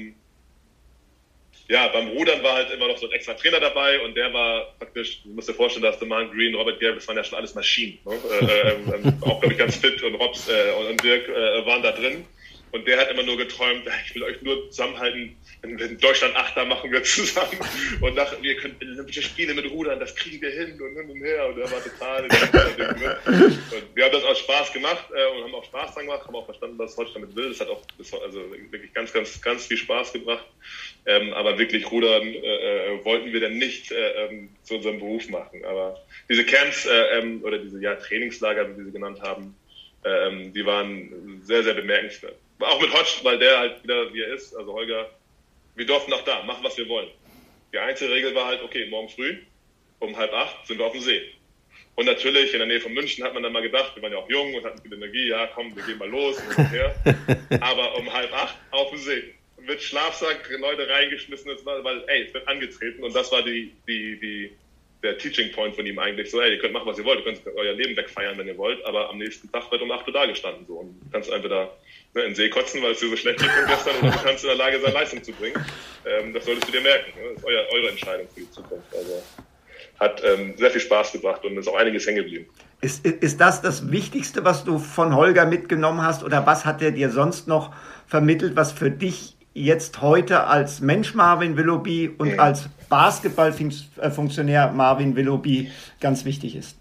beim Rudern war halt immer noch so ein extra Trainer dabei und der war praktisch, du musst dir vorstellen, dass The Man Green, Robert Garrett, das waren ja schon alles Maschinen. Ne? Auch, glaube ich, ganz fit, und Robs und Dirk waren da drin. Und der hat immer nur geträumt, ich will euch nur zusammenhalten, wenn Deutschland Achter machen wir zusammen. Und wir können Olympische Spiele mit Rudern, das kriegen wir hin und hin und her. Und er war total. Und wir haben das aus Spaß gemacht und haben auch Spaß dran gemacht, haben auch verstanden, was Deutschland damit will. Das hat auch wirklich ganz, ganz, ganz viel Spaß gebracht. Aber wirklich Rudern wollten wir dann nicht zu unserem Beruf machen. Aber diese Camps oder diese Trainingslager, wie wir sie genannt haben, die waren sehr, sehr bemerkenswert. Auch mit Hodge, weil der halt wieder, wie er ist, also Holger, wir durften auch da machen, was wir wollen. Die einzige Regel war halt, okay, morgen früh um 7:30 sind wir auf dem See. Und natürlich in der Nähe von München hat man dann mal gedacht, wir waren ja auch jung und hatten viel Energie, ja komm, wir gehen mal los und her. Aber um 7:30 auf dem See. Mit Schlafsack, Leute reingeschmissen, es wird angetreten, und das war der Teaching Point von ihm eigentlich, so, ihr könnt machen, was ihr wollt, ihr könnt euer Leben wegfeiern, wenn ihr wollt, aber am nächsten Tag wird um 8 Uhr da gestanden, so, und du kannst entweder in den See kotzen, weil es dir so schlecht geht von gestern, oder du kannst in der Lage sein, Leistung zu bringen. Das solltest du dir merken, das ist eure Entscheidung für die Zukunft. Also hat sehr viel Spaß gebracht und ist auch einiges hängen geblieben. Ist das Wichtigste, was du von Holger mitgenommen hast, oder was hat er dir sonst noch vermittelt, was für dich jetzt heute als Mensch Marvin Willoughby und als Basketballfunktionär Marvin Willoughby ganz wichtig ist?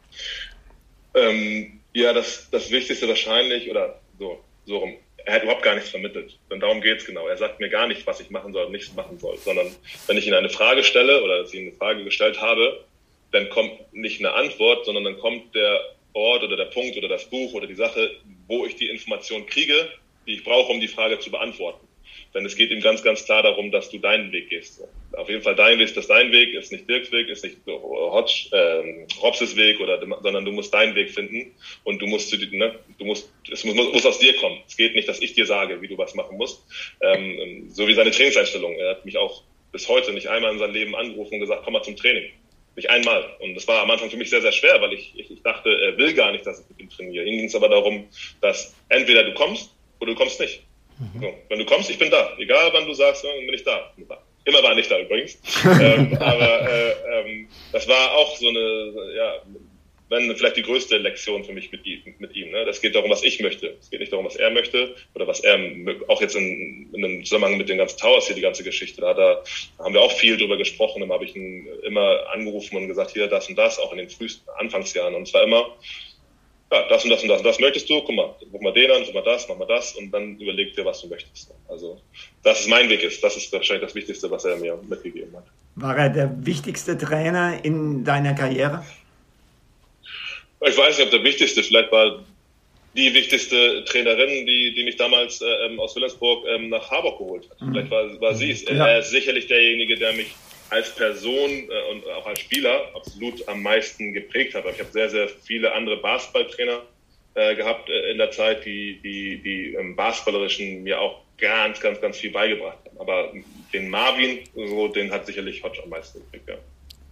Das Wichtigste wahrscheinlich, oder so rum, er hat überhaupt gar nichts vermittelt. Denn darum geht's genau. Er sagt mir gar nicht, was ich machen soll und nicht machen soll, sondern wenn ich ihm eine Frage stelle oder dass ich ihm eine Frage gestellt habe, dann kommt nicht eine Antwort, sondern dann kommt der Ort oder der Punkt oder das Buch oder die Sache, wo ich die Information kriege, die ich brauche, um die Frage zu beantworten. denn es geht ihm ganz, ganz klar darum, dass du deinen Weg gehst. So. Auf jeden Fall dein Weg ist dein Weg, ist nicht Dirks Weg, ist nicht Robses Weg, sondern du musst deinen Weg finden und es muss aus dir kommen. Es geht nicht, dass ich dir sage, wie du was machen musst. So wie seine Trainingseinstellung. Er hat mich auch bis heute nicht einmal in seinem Leben angerufen und gesagt, komm mal zum Training. Nicht einmal. Und das war am Anfang für mich sehr, sehr schwer, weil ich dachte, er will gar nicht, dass ich mit ihm trainiere. Ihm ging es aber darum, dass entweder du kommst oder du kommst nicht. So, wenn du kommst, ich bin da. Egal, wann du sagst, dann bin ich da. Immer war ich da übrigens. Aber das war auch so wenn vielleicht die größte Lektion für mich mit ihm. Ne? Das geht darum, was ich möchte. Es geht nicht darum, was er möchte oder was er, auch jetzt in einem Zusammenhang mit den ganzen Towers hier, die ganze Geschichte. Da haben wir auch viel drüber gesprochen. Dann habe ich ihn immer angerufen und gesagt, hier, das und das, auch in den frühesten Anfangsjahren. Und zwar immer, ja, das und das und das und das möchtest du, guck mal, ruf mal den an, mach mal das und dann überleg dir, was du möchtest. Also, dass es mein Weg ist, das ist wahrscheinlich das Wichtigste, was er mir mitgegeben hat. War er der wichtigste Trainer in deiner Karriere? Ich weiß nicht, ob der wichtigste, vielleicht war die wichtigste Trainerin, die mich damals aus Wilhelmsburg nach Harburg geholt hat. Vielleicht war sie es. Ja. Er ist sicherlich derjenige, der mich als Person und auch als Spieler absolut am meisten geprägt hat. Ich habe sehr, sehr viele andere Basketballtrainer gehabt in der Zeit, die im Basketballerischen mir auch ganz, ganz, ganz viel beigebracht haben. Aber den Marvin, den hat sicherlich Hodge am meisten geprägt, ja.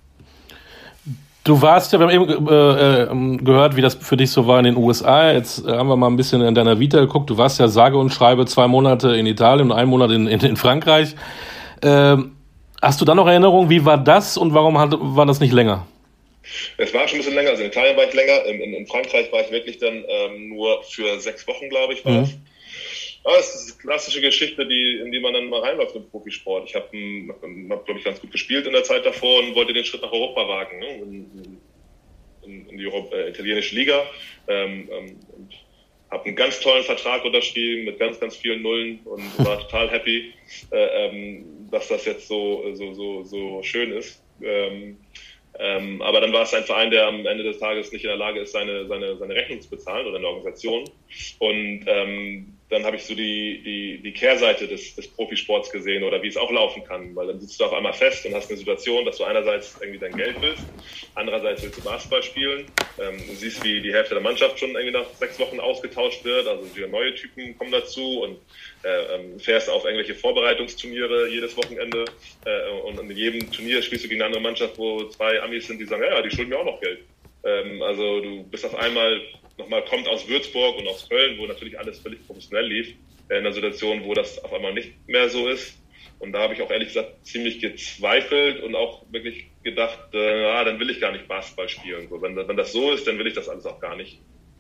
Du warst ja, wir haben eben gehört, wie das für dich so war in den USA. Jetzt haben wir mal ein bisschen in deiner Vita geguckt. Du warst ja sage und schreibe 2 Monate in Italien und 1 Monat in Frankreich. Hast du da noch Erinnerungen? Wie war das und warum war das nicht länger? Es war schon ein bisschen länger. Also in Italien war ich länger. In Frankreich war ich wirklich dann nur für 6 Wochen, glaube ich, war es. Ja, das ist eine klassische Geschichte, in die man dann mal reinläuft im Profisport. Ich habe, glaube ich, ganz gut gespielt in der Zeit davor und wollte den Schritt nach Europa wagen, ne? in die italienische Liga. Und habe einen ganz tollen Vertrag unterschrieben mit ganz, ganz vielen Nullen und war total happy, dass das jetzt so schön ist. Aber dann war es ein Verein, der am Ende des Tages nicht in der Lage ist, seine Rechnung zu bezahlen oder eine Organisation. Und dann habe ich so die Kehrseite des Profisports gesehen oder wie es auch laufen kann. Weil dann sitzt du auf einmal fest und hast eine Situation, dass du einerseits irgendwie dein Geld willst, andererseits willst du Basketball spielen. Du siehst, wie die Hälfte der Mannschaft schon irgendwie nach 6 Wochen ausgetauscht wird. Also wieder neue Typen kommen dazu und fährst auf irgendwelche Vorbereitungsturniere jedes Wochenende und in jedem Turnier spielst du gegen eine andere Mannschaft, wo 2 Amis sind, die sagen, ja, die schulden mir auch noch Geld. Also du bist auf einmal kommt aus Würzburg und aus Köln, wo natürlich alles völlig professionell lief, in einer Situation, wo das auf einmal nicht mehr so ist. Und da habe ich auch ehrlich gesagt ziemlich gezweifelt und auch wirklich gedacht, dann will ich gar nicht Basketball spielen. So, wenn das so ist, dann will ich das alles auch gar nicht.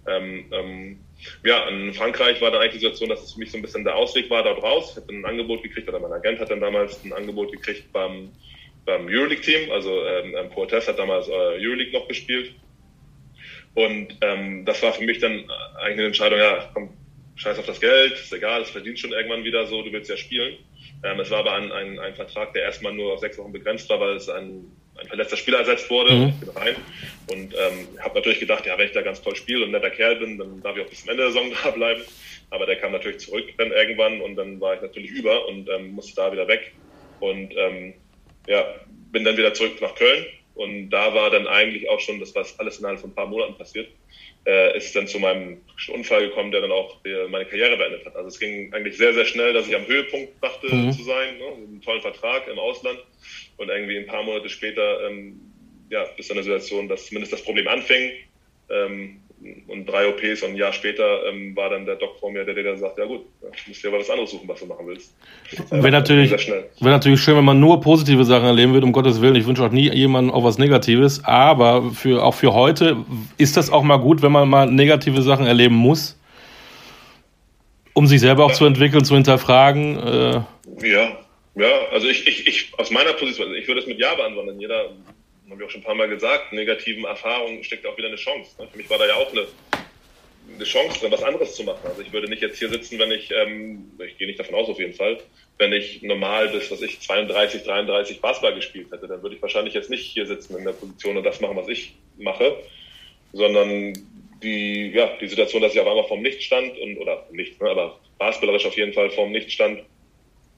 In Frankreich war dann eigentlich die Situation, dass es für mich so ein bisschen der Ausweg war dort raus. Ich habe ein Angebot gekriegt, oder mein Agent hat dann damals ein Angebot gekriegt beim Euroleague-Team. Also Portes hat damals Euroleague noch gespielt. Und das war für mich dann eigentlich eine Entscheidung, ja, komm, scheiß auf das Geld, ist egal, es verdient schon irgendwann wieder so, du willst ja spielen. Es war aber ein Vertrag, der erstmal nur auf 6 Wochen begrenzt war, weil es ein verletzter Spieler ersetzt wurde. Ich bin rein und habe natürlich gedacht, ja, wenn ich da ganz toll spiele und ein netter Kerl bin, dann darf ich auch bis zum Ende der Saison da bleiben. Aber der kam natürlich zurück dann irgendwann und dann war ich natürlich über und musste da wieder weg. Und bin dann wieder zurück nach Köln. Und da war dann eigentlich auch schon, das war alles innerhalb von ein paar Monaten passiert, ist dann zu meinem Unfall gekommen, der dann auch meine Karriere beendet hat. Also es ging eigentlich sehr, sehr schnell, dass ich am Höhepunkt dachte zu sein, ne? Einen tollen Vertrag im Ausland. Und irgendwie ein paar Monate später, bis dann eine Situation, dass zumindest das Problem anfing. Und 3 OPs und ein Jahr später war dann der Doc vor mir, der sagt, ja gut, du musst dir aber was anderes suchen, was du machen willst. Wäre natürlich schön, wenn man nur positive Sachen erleben würde, um Gottes Willen. Ich wünsche auch nie jemandem auch was Negatives, aber auch für heute ist das auch mal gut, wenn man mal negative Sachen erleben muss, um sich selber auch zu entwickeln, zu hinterfragen. Also ich aus meiner Position, ich würde es mit Ja beantworten. Jeder, habe ich auch schon ein paar Mal gesagt, negativen Erfahrungen steckt auch wieder eine Chance. Ne? Für mich war da ja auch eine Chance drin, was anderes zu machen. Also ich würde nicht jetzt hier sitzen, wenn ich gehe nicht davon aus auf jeden Fall, wenn ich normal bis, 32, 33 Basketball gespielt hätte, dann würde ich wahrscheinlich jetzt nicht hier sitzen in der Position und das machen, was ich mache, sondern die Situation, dass ich auf einmal vorm Nichts stand aber basketballerisch auf jeden Fall vorm Nichts stand,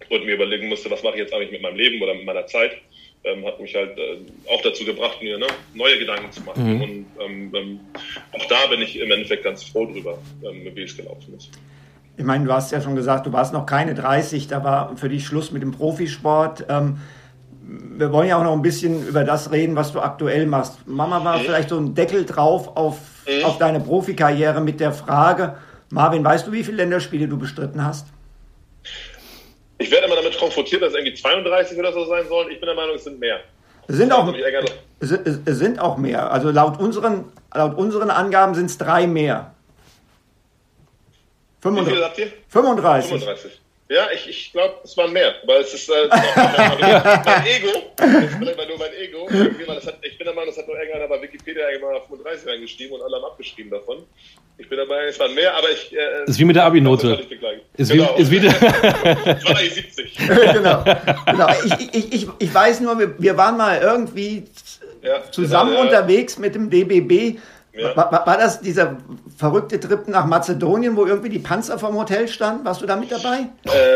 und mir überlegen musste, was mache ich jetzt eigentlich mit meinem Leben oder mit meiner Zeit, hat mich halt auch dazu gebracht, mir neue Gedanken zu machen. Und auch da bin ich im Endeffekt ganz froh drüber, wie es gelaufen ist. Ich meine, du hast ja schon gesagt, du warst noch keine 30, da war für dich Schluss mit dem Profisport. Wir wollen ja auch noch ein bisschen über das reden, was du aktuell machst. Mama war vielleicht so ein Deckel drauf auf deine Profikarriere mit der Frage, Marvin, weißt du, wie viele Länderspiele du bestritten hast? Ich werde immer damit konfrontiert, dass es irgendwie 32 oder so sein sollen. Ich bin der Meinung, es sind mehr. Es sind auch mehr. Also laut unseren Angaben sind es 3 mehr. Wie viele habt ihr? 35. Ja, ich glaube, es waren mehr. Weil es ist mein Ego. Das ist vielleicht nur mein Ego. Ich bin der Meinung, das hat nur irgendeiner bei Wikipedia mal 35 reingeschrieben und alle haben abgeschrieben davon. Ich bin dabei, es waren mehr, aber ich... ist wie mit der Abi-Note. Ist wie der... Es waren eigentlich 70. genau. Ich weiß nur, wir waren mal irgendwie zusammen unterwegs mit dem DBB. Ja. War das dieser verrückte Trip nach Mazedonien, wo irgendwie die Panzer vom Hotel standen? Warst du da mit dabei?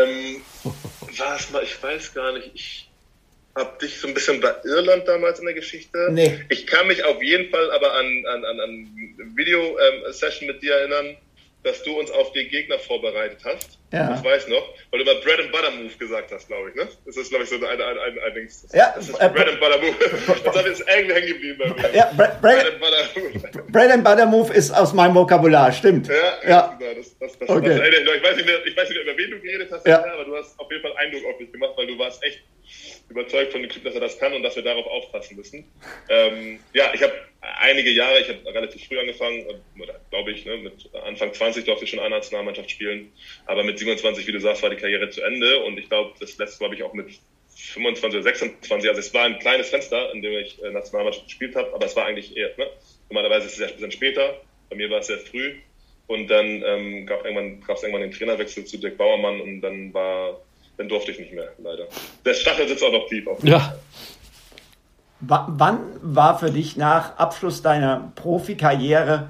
Ich weiß gar nicht. Ich habe dich so ein bisschen bei Irland damals in der Geschichte. Nee. Ich kann mich auf jeden Fall aber an Video-Session mit dir erinnern, dass du uns auf die Gegner vorbereitet hast. Ja. Ich weiß noch, weil du immer Bread and Butter Move gesagt hast, glaube ich, ne? Das ist, glaube ich, so ein Ding. Ja, das ist Bread and Butter Move. Das ist irgendwie hängen geblieben bei mir. Ja, Bread and Butter Move. Bread and Butter Move ist aus meinem Vokabular, stimmt. Ja. Genau, das okay. Ich weiß nicht, über wen du geredet hast, aber du hast auf jeden Fall Eindruck auf mich gemacht, weil du warst echt überzeugt von dem Typ, dass er das kann und dass wir darauf aufpassen müssen. Ich habe einige Jahre, ich habe relativ früh angefangen, glaube ich, mit Anfang 20 durfte ich schon A-Nationalmannschaft spielen, aber mit 27, wie du sagst, war die Karriere zu Ende und ich glaube, das letzte habe ich auch mit 25 oder 26, also es war ein kleines Fenster, in dem ich Nationalmannschaft gespielt habe, aber es war eigentlich eher, normalerweise ist es ja ein bisschen später, bei mir war es sehr früh und dann gab es irgendwann den Trainerwechsel zu Dirk Bauermann und dann durfte ich nicht mehr, leider. Der Stachel sitzt auch noch tief auf. Ja. Wann war für dich nach Abschluss deiner Profikarriere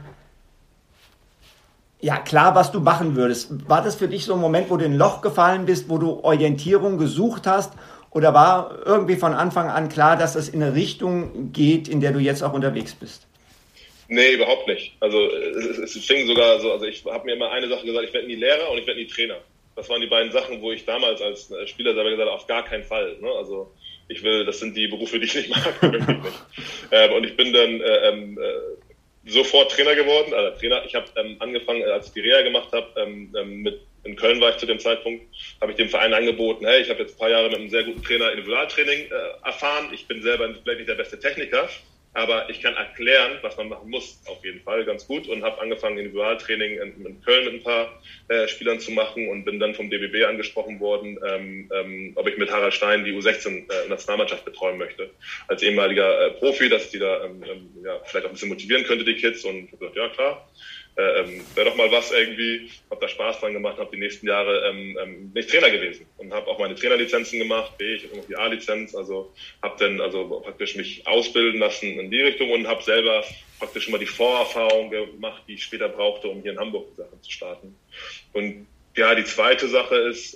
klar, was du machen würdest? War das für dich so ein Moment, wo du in ein Loch gefallen bist, wo du Orientierung gesucht hast? Oder war irgendwie von Anfang an klar, dass es in eine Richtung geht, in der du jetzt auch unterwegs bist? Nee, überhaupt nicht. Also es fing sogar so, also ich habe mir immer eine Sache gesagt, ich werde nie Lehrer und ich werde nie Trainer. Das waren die beiden Sachen, wo ich damals als Spieler selber gesagt habe, auf gar keinen Fall. Ne? Also das sind die Berufe, die ich nicht mag. Und ich bin dann sofort Trainer geworden. Ich habe angefangen, als ich die Reha gemacht habe, in Köln war ich zu dem Zeitpunkt, habe ich dem Verein angeboten, hey, ich habe jetzt ein paar Jahre mit einem sehr guten Trainer Individualtraining erfahren. Ich bin selber vielleicht nicht der beste Techniker, aber ich kann erklären, was man machen muss, auf jeden Fall ganz gut und habe angefangen, Individualtraining in Köln mit ein paar Spielern zu machen und bin dann vom DBB angesprochen worden, ob ich mit Harald Stein die U16-Nationalmannschaft betreuen möchte. Als ehemaliger Profi, dass ich die da vielleicht auch ein bisschen motivieren könnte, die Kids. Und ich habe gesagt, ja klar, wäre doch mal was irgendwie. Habe da Spaß dran gemacht, habe die nächsten Jahre bin ich Trainer gewesen und habe auch meine Trainerlizenzen gemacht, ich habe noch die A-Lizenz, also habe dann praktisch mich ausbilden lassen in die Richtung und habe selber praktisch schon mal die Vorerfahrung gemacht, die ich später brauchte, um hier in Hamburg die Sache zu starten. Und ja, die zweite Sache ist,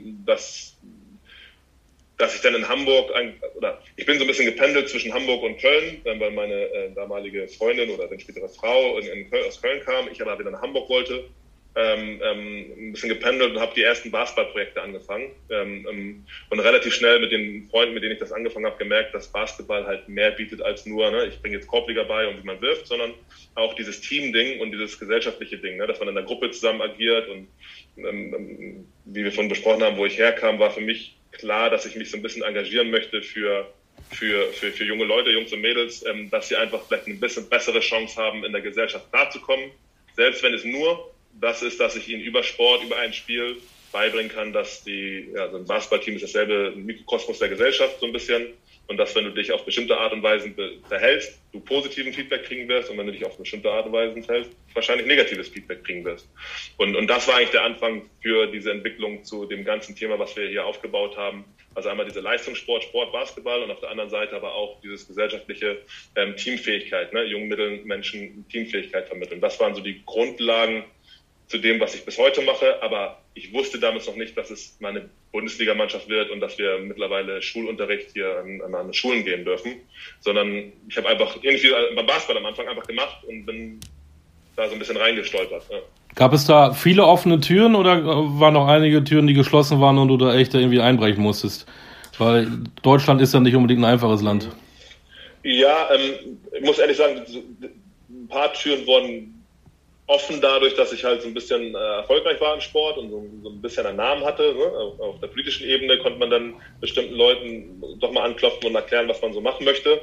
dass ich dann in Hamburg, ich bin so ein bisschen gependelt zwischen Hamburg und Köln, weil meine damalige Freundin oder dann spätere Frau aus Köln kam, ich aber wieder nach Hamburg wollte, ein bisschen gependelt und habe die ersten Basketballprojekte angefangen und relativ schnell mit den Freunden, mit denen ich das angefangen habe, gemerkt, dass Basketball halt mehr bietet als nur, ich bringe jetzt Korbleger bei und wie man wirft, sondern auch dieses Team-Ding und dieses gesellschaftliche Ding, dass man in der Gruppe zusammen agiert und wie wir vorhin besprochen haben, wo ich herkam, war für mich klar, dass ich mich so ein bisschen engagieren möchte für junge Leute, Jungs und Mädels, dass sie einfach vielleicht eine bisschen bessere Chance haben, in der Gesellschaft klarzukommen. Selbst wenn es nur das ist, dass ich ihnen über Sport, über ein Spiel beibringen kann, dass so ein Basketballteam ist dasselbe Mikrokosmos der Gesellschaft so ein bisschen und dass, wenn du dich auf bestimmte Art und Weise verhältst, du positiven Feedback kriegen wirst und wenn du dich auf bestimmte Art und Weise verhältst, wahrscheinlich negatives Feedback kriegen wirst. Und das war eigentlich der Anfang für diese Entwicklung zu dem ganzen Thema, was wir hier aufgebaut haben. Also einmal diese Leistungssport, Sport, Basketball und auf der anderen Seite aber auch dieses gesellschaftliche Teamfähigkeit, jungen Menschen Teamfähigkeit vermitteln. Das waren so die Grundlagen zu dem, was ich bis heute mache, aber ich wusste damals noch nicht, dass es mal eine Bundesligamannschaft wird und dass wir mittlerweile Schulunterricht hier an Schulen gehen dürfen, sondern ich habe einfach irgendwie beim Basketball am Anfang einfach gemacht und bin da so ein bisschen reingestolpert. Ja. Gab es da viele offene Türen oder waren noch einige Türen, die geschlossen waren und du da echt irgendwie einbrechen musstest? Weil Deutschland ist ja nicht unbedingt ein einfaches Land. Ja, ich muss ehrlich sagen, ein paar Türen wurden offen dadurch, dass ich halt so ein bisschen erfolgreich war im Sport und so ein bisschen einen Namen hatte. Ne? Auf der politischen Ebene konnte man dann bestimmten Leuten doch mal anklopfen und erklären, was man so machen möchte.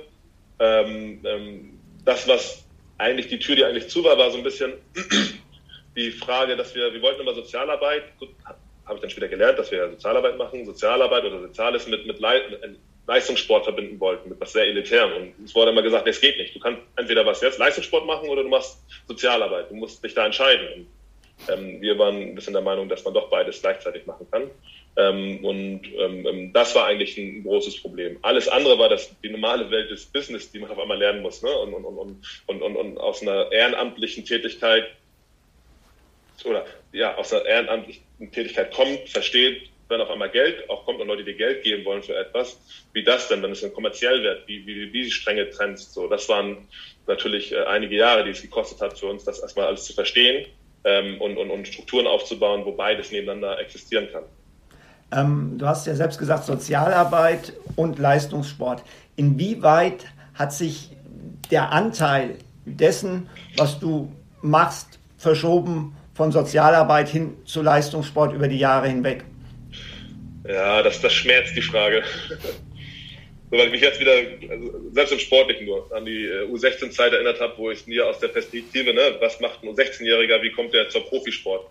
Das, was eigentlich die Tür, die eigentlich zu war, war so ein bisschen die Frage, dass wir wollten immer Sozialarbeit, gut, habe ich dann später gelernt, dass wir Sozialarbeit machen, Sozialarbeit oder Soziales mit Leistungssport verbinden wollten, mit was sehr Elitärem. Und es wurde immer gesagt, nee, es geht nicht. Du kannst entweder was jetzt Leistungssport machen oder du machst Sozialarbeit. Du musst dich da entscheiden. Und wir waren ein bisschen der Meinung, dass man doch beides gleichzeitig machen kann. Das war eigentlich ein großes Problem. Alles andere war die normale Welt des Business, die man auf einmal lernen muss. Ne? Und aus einer ehrenamtlichen Tätigkeit aus einer ehrenamtlichen Tätigkeit kommt, versteht, wenn auf einmal Geld auch kommt und Leute dir Geld geben wollen für etwas, wie das denn, wenn es dann kommerziell wird, wie strenge Trends, so. Das waren natürlich einige Jahre, die es gekostet hat für uns, das erstmal alles zu verstehen und Strukturen aufzubauen, wo beides nebeneinander existieren kann. Du hast ja selbst gesagt, Sozialarbeit und Leistungssport. Inwieweit hat sich der Anteil dessen, was du machst, verschoben von Sozialarbeit hin zu Leistungssport über die Jahre hinweg? Ja, das schmerzt die Frage. So, weil ich mich jetzt wieder, selbst im Sportlichen nur, an die U16-Zeit erinnert habe, wo ich mir aus der Perspektive, was macht ein U16-Jähriger, wie kommt der zur Profisport?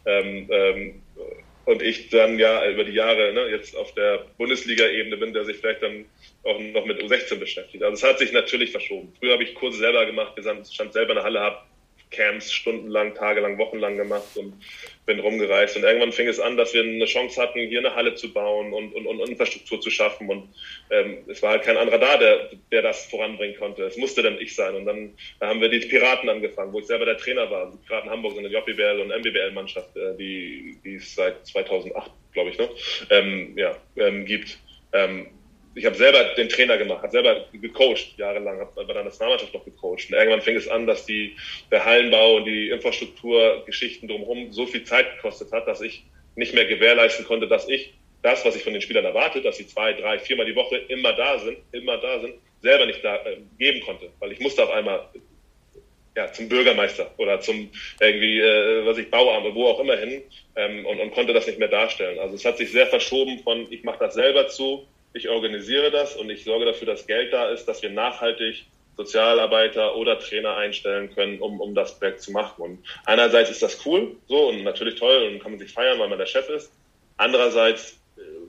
Und ich dann ja über die Jahre jetzt auf der Bundesliga-Ebene bin, der sich vielleicht dann auch noch mit U16 beschäftigt. Also es hat sich natürlich verschoben. Früher habe ich Kurse selber gemacht, stand selber in der Halle, habe Camps stundenlang, tagelang, wochenlang gemacht und bin rumgereist. Und irgendwann fing es an, dass wir eine Chance hatten, hier eine Halle zu bauen und Infrastruktur zu schaffen. Und es war halt kein anderer da, der das voranbringen konnte. Es musste dann ich sein. Und dann haben wir die Piraten angefangen, wo ich selber der Trainer war. Die Piraten Hamburg sind eine JBL- und MBBL-Mannschaft, die es seit 2008, glaube ich, gibt. Ich habe selber den Trainer gemacht, habe selber gecoacht, jahrelang, habe bei der Nationalmannschaft noch gecoacht. Und irgendwann fing es an, dass der Hallenbau und die Infrastrukturgeschichten drumherum so viel Zeit gekostet hat, dass ich nicht mehr gewährleisten konnte, dass ich das, was ich von den Spielern erwartet, dass sie 2, 3, 4 Mal die Woche immer da sind, selber nicht geben konnte. Weil ich musste auf einmal zum Bürgermeister oder zum Bauamt, wo auch immer hin und konnte das nicht mehr darstellen. Also es hat sich sehr verschoben von, ich mache das selber zu, ich organisiere das und ich sorge dafür, dass Geld da ist, dass wir nachhaltig Sozialarbeiter oder Trainer einstellen können, um das Projekt zu machen. Und einerseits ist das cool, so, und natürlich toll und kann man sich feiern, weil man der Chef ist. Andererseits,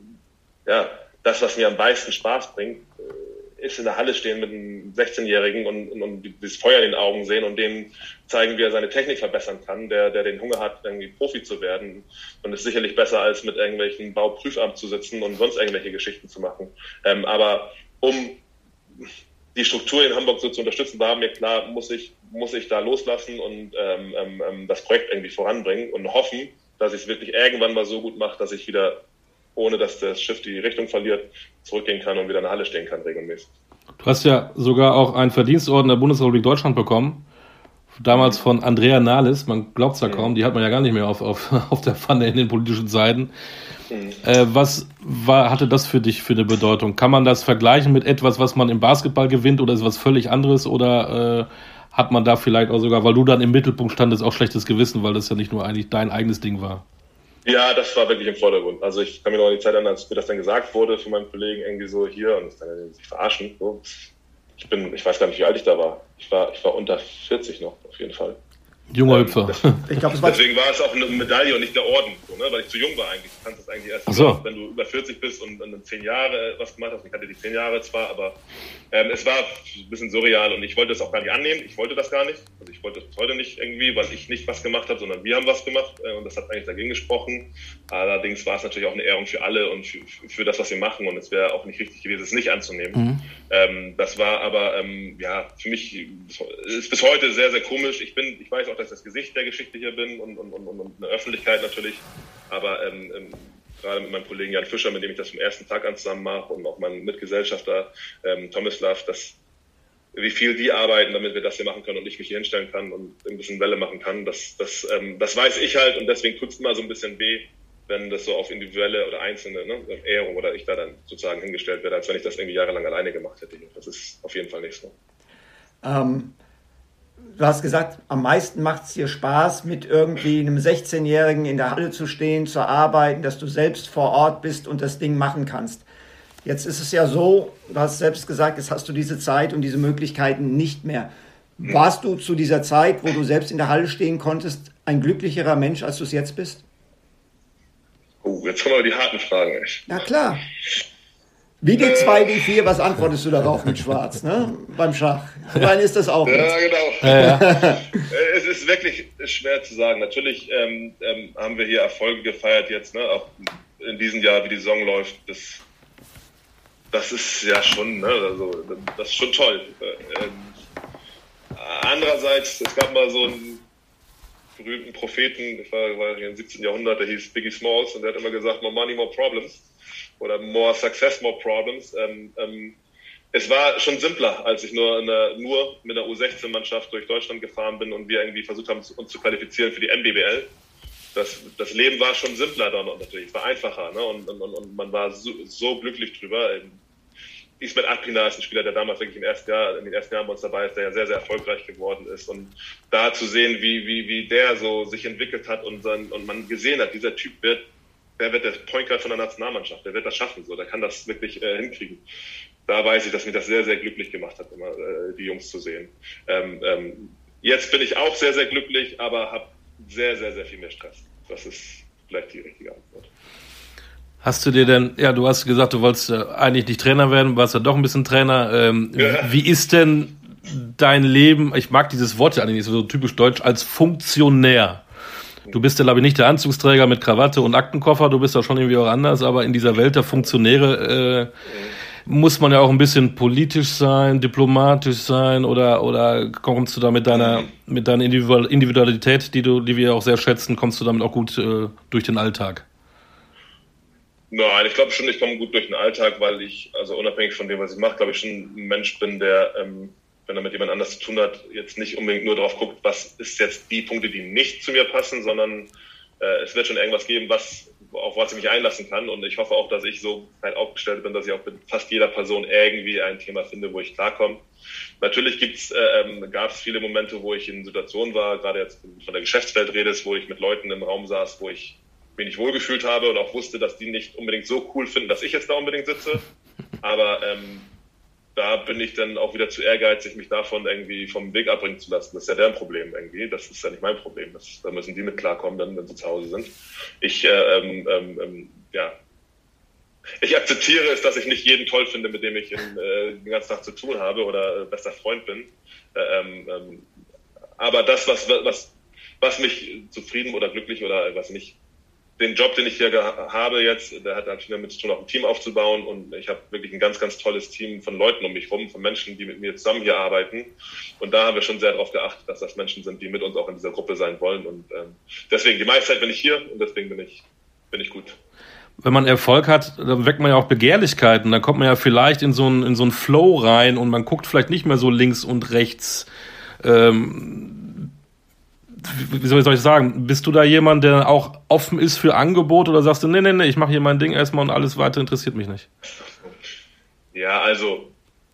das, was mir am meisten Spaß bringt, ist in der Halle stehen mit einem 16-Jährigen und das Feuer in den Augen sehen und dem zeigen, wie er seine Technik verbessern kann, der den Hunger hat, irgendwie Profi zu werden. Und ist sicherlich besser, als mit irgendwelchen Bauprüfamt zu sitzen und sonst irgendwelche Geschichten zu machen. Aber um die Struktur in Hamburg so zu unterstützen, war mir klar, muss ich da loslassen und das Projekt irgendwie voranbringen und hoffen, dass ich es wirklich irgendwann mal so gut mache, dass ich wieder, ohne dass das Schiff die Richtung verliert, zurückgehen kann und wieder in der Halle stehen kann regelmäßig. Du hast ja sogar auch einen Verdienstorden der Bundesrepublik Deutschland bekommen. Damals von Andrea Nahles, man glaubt es ja kaum, die hat man ja gar nicht mehr auf der Pfanne in den politischen Zeiten. Was hatte das für dich für eine Bedeutung? Kann man das vergleichen mit etwas, was man im Basketball gewinnt, oder ist was völlig anderes, oder hat man da vielleicht auch sogar, weil du dann im Mittelpunkt standest, auch schlechtes Gewissen, weil das ja nicht nur eigentlich dein eigenes Ding war? Ja, das war wirklich im Vordergrund. Also ich kann mir noch an die Zeit erinnern, als mir das dann gesagt wurde von meinem Kollegen irgendwie so hier und dann sich verarschen. So. Ich weiß gar nicht, wie alt ich da war. Ich war unter 40 noch, auf jeden Fall. Junger Hüpfer. Deswegen war es auch eine Medaille und nicht der Orden, so, ne? Weil ich zu jung war eigentlich. Du kannst das eigentlich erst, wenn du über 40 bist und dann 10 Jahre was gemacht hast. Ich hatte die 10 Jahre zwar, aber es war ein bisschen surreal und ich wollte es auch gar nicht annehmen. Ich wollte das gar nicht. Also ich wollte es bis heute nicht irgendwie, weil ich nicht was gemacht habe, sondern wir haben was gemacht und das hat eigentlich dagegen gesprochen. Allerdings war es natürlich auch eine Ehrung für alle und für das, was wir machen, und es wäre auch nicht richtig gewesen, es nicht anzunehmen. Das war aber, für mich ist bis heute sehr, sehr komisch. Ich weiß auch, dass ich das Gesicht der Geschichte hier bin und eine Öffentlichkeit natürlich. Aber gerade mit meinem Kollegen Jan Fischer, mit dem ich das vom ersten Tag an zusammen mache und auch meinem Mitgesellschafter Tomislav, wie viel die arbeiten, damit wir das hier machen können und ich mich hier hinstellen kann und ein bisschen Welle machen kann, das weiß ich halt und deswegen tut es immer so ein bisschen weh, wenn das so auf individuelle oder einzelne Ehrung oder ich da dann sozusagen hingestellt werde, als wenn ich das irgendwie jahrelang alleine gemacht hätte. Das ist auf jeden Fall nicht so. Du hast gesagt, am meisten macht es dir Spaß, mit irgendwie einem 16-Jährigen in der Halle zu stehen, zu arbeiten, dass du selbst vor Ort bist und das Ding machen kannst. Jetzt ist es ja so, du hast selbst gesagt, jetzt hast du diese Zeit und diese Möglichkeiten nicht mehr. Warst du zu dieser Zeit, wo du selbst in der Halle stehen konntest, ein glücklicherer Mensch, als du es jetzt bist? Jetzt kommen aber die harten Fragen. Echt. Na klar. Wie die 2, die 4, was antwortest du darauf mit Schwarz, ne? Beim Schach? Dann ist das auch. Ja, genau. Ja. Es ist wirklich schwer zu sagen. Natürlich haben wir hier Erfolge gefeiert jetzt, ne? Auch in diesem Jahr, wie die Saison läuft. Das ist ja schon, ne? Also, das ist schon toll. Andererseits, es gab mal so einen berühmten Propheten, das war im 17. Jahrhundert, der hieß Biggie Smalls und der hat immer gesagt, more money, more problems oder more success, more problems. Es war schon simpler, als ich nur mit einer U16-Mannschaft durch Deutschland gefahren bin und wir irgendwie versucht haben, uns zu qualifizieren für die NBBL. Das Leben war schon simpler dann natürlich, es war einfacher, ne? Und man war so glücklich drüber. Ismet Akpina ist ein Spieler, der damals wirklich in den ersten Jahren bei uns dabei ist, der ja sehr, sehr erfolgreich geworden ist. Und da zu sehen, wie der so sich entwickelt hat und man gesehen hat, dieser Typ wird der Point Guard von der Nationalmannschaft, der wird das schaffen, so, der kann das wirklich hinkriegen. Da weiß ich, dass mich das sehr, sehr glücklich gemacht hat, immer die Jungs zu sehen. Jetzt bin ich auch sehr, sehr glücklich, aber habe sehr, sehr, sehr viel mehr Stress. Das ist vielleicht die richtige Antwort. Hast du dir denn, du hast gesagt, du wolltest eigentlich nicht Trainer werden, warst ja doch ein bisschen Trainer. Wie ist denn dein Leben, ich mag dieses Wort ja eigentlich nicht so typisch deutsch, als Funktionär? Du bist ja, glaube ich, nicht der Anzugsträger mit Krawatte und Aktenkoffer, du bist ja schon irgendwie auch anders, aber in dieser Welt der Funktionäre muss man ja auch ein bisschen politisch sein, diplomatisch sein oder kommst du da mit deiner Individualität, die wir auch sehr schätzen, kommst du damit auch gut durch den Alltag? Nein, ich glaube schon, ich komme gut durch den Alltag, weil ich, also unabhängig von dem, was ich mache, glaube ich schon ein Mensch bin, der, wenn er mit jemand anders zu tun hat, jetzt nicht unbedingt nur darauf guckt, was ist jetzt die Punkte, die nicht zu mir passen, sondern es wird schon irgendwas geben, auf was ich mich einlassen kann. Und ich hoffe auch, dass ich so weit aufgestellt bin, dass ich auch mit fast jeder Person irgendwie ein Thema finde, wo ich klarkomme. Natürlich gab es viele Momente, wo ich in Situationen war, gerade jetzt von der Geschäftswelt redest, wo ich mit Leuten im Raum saß, wo ich mich nicht wohlgefühlt habe und auch wusste, dass die nicht unbedingt so cool finden, dass ich jetzt da unbedingt sitze. Aber da bin ich dann auch wieder zu ehrgeizig, mich davon irgendwie vom Weg abbringen zu lassen. Das ist ja deren Problem irgendwie. Das ist ja nicht mein Problem. Da müssen die mit klarkommen, dann, wenn sie zu Hause sind. Ich akzeptiere es, dass ich nicht jeden toll finde, mit dem ich den ganzen Tag zu tun habe oder bester Freund bin. Aber das, was mich zufrieden oder glücklich oder was mich, den Job, den ich hier habe jetzt, der hat halt viel damit zu tun, auch ein Team aufzubauen und ich habe wirklich ein ganz, ganz tolles Team von Leuten um mich rum, von Menschen, die mit mir zusammen hier arbeiten und da haben wir schon sehr darauf geachtet, dass das Menschen sind, die mit uns auch in dieser Gruppe sein wollen und deswegen, die meiste Zeit bin ich hier und deswegen bin ich gut. Wenn man Erfolg hat, dann weckt man ja auch Begehrlichkeiten, da kommt man ja vielleicht in so einen Flow rein und man guckt vielleicht nicht mehr so links und rechts. Wie soll ich sagen, bist du da jemand, der auch offen ist für Angebote oder sagst du, nee, ich mache hier mein Ding erstmal und alles weiter interessiert mich nicht? Ja, also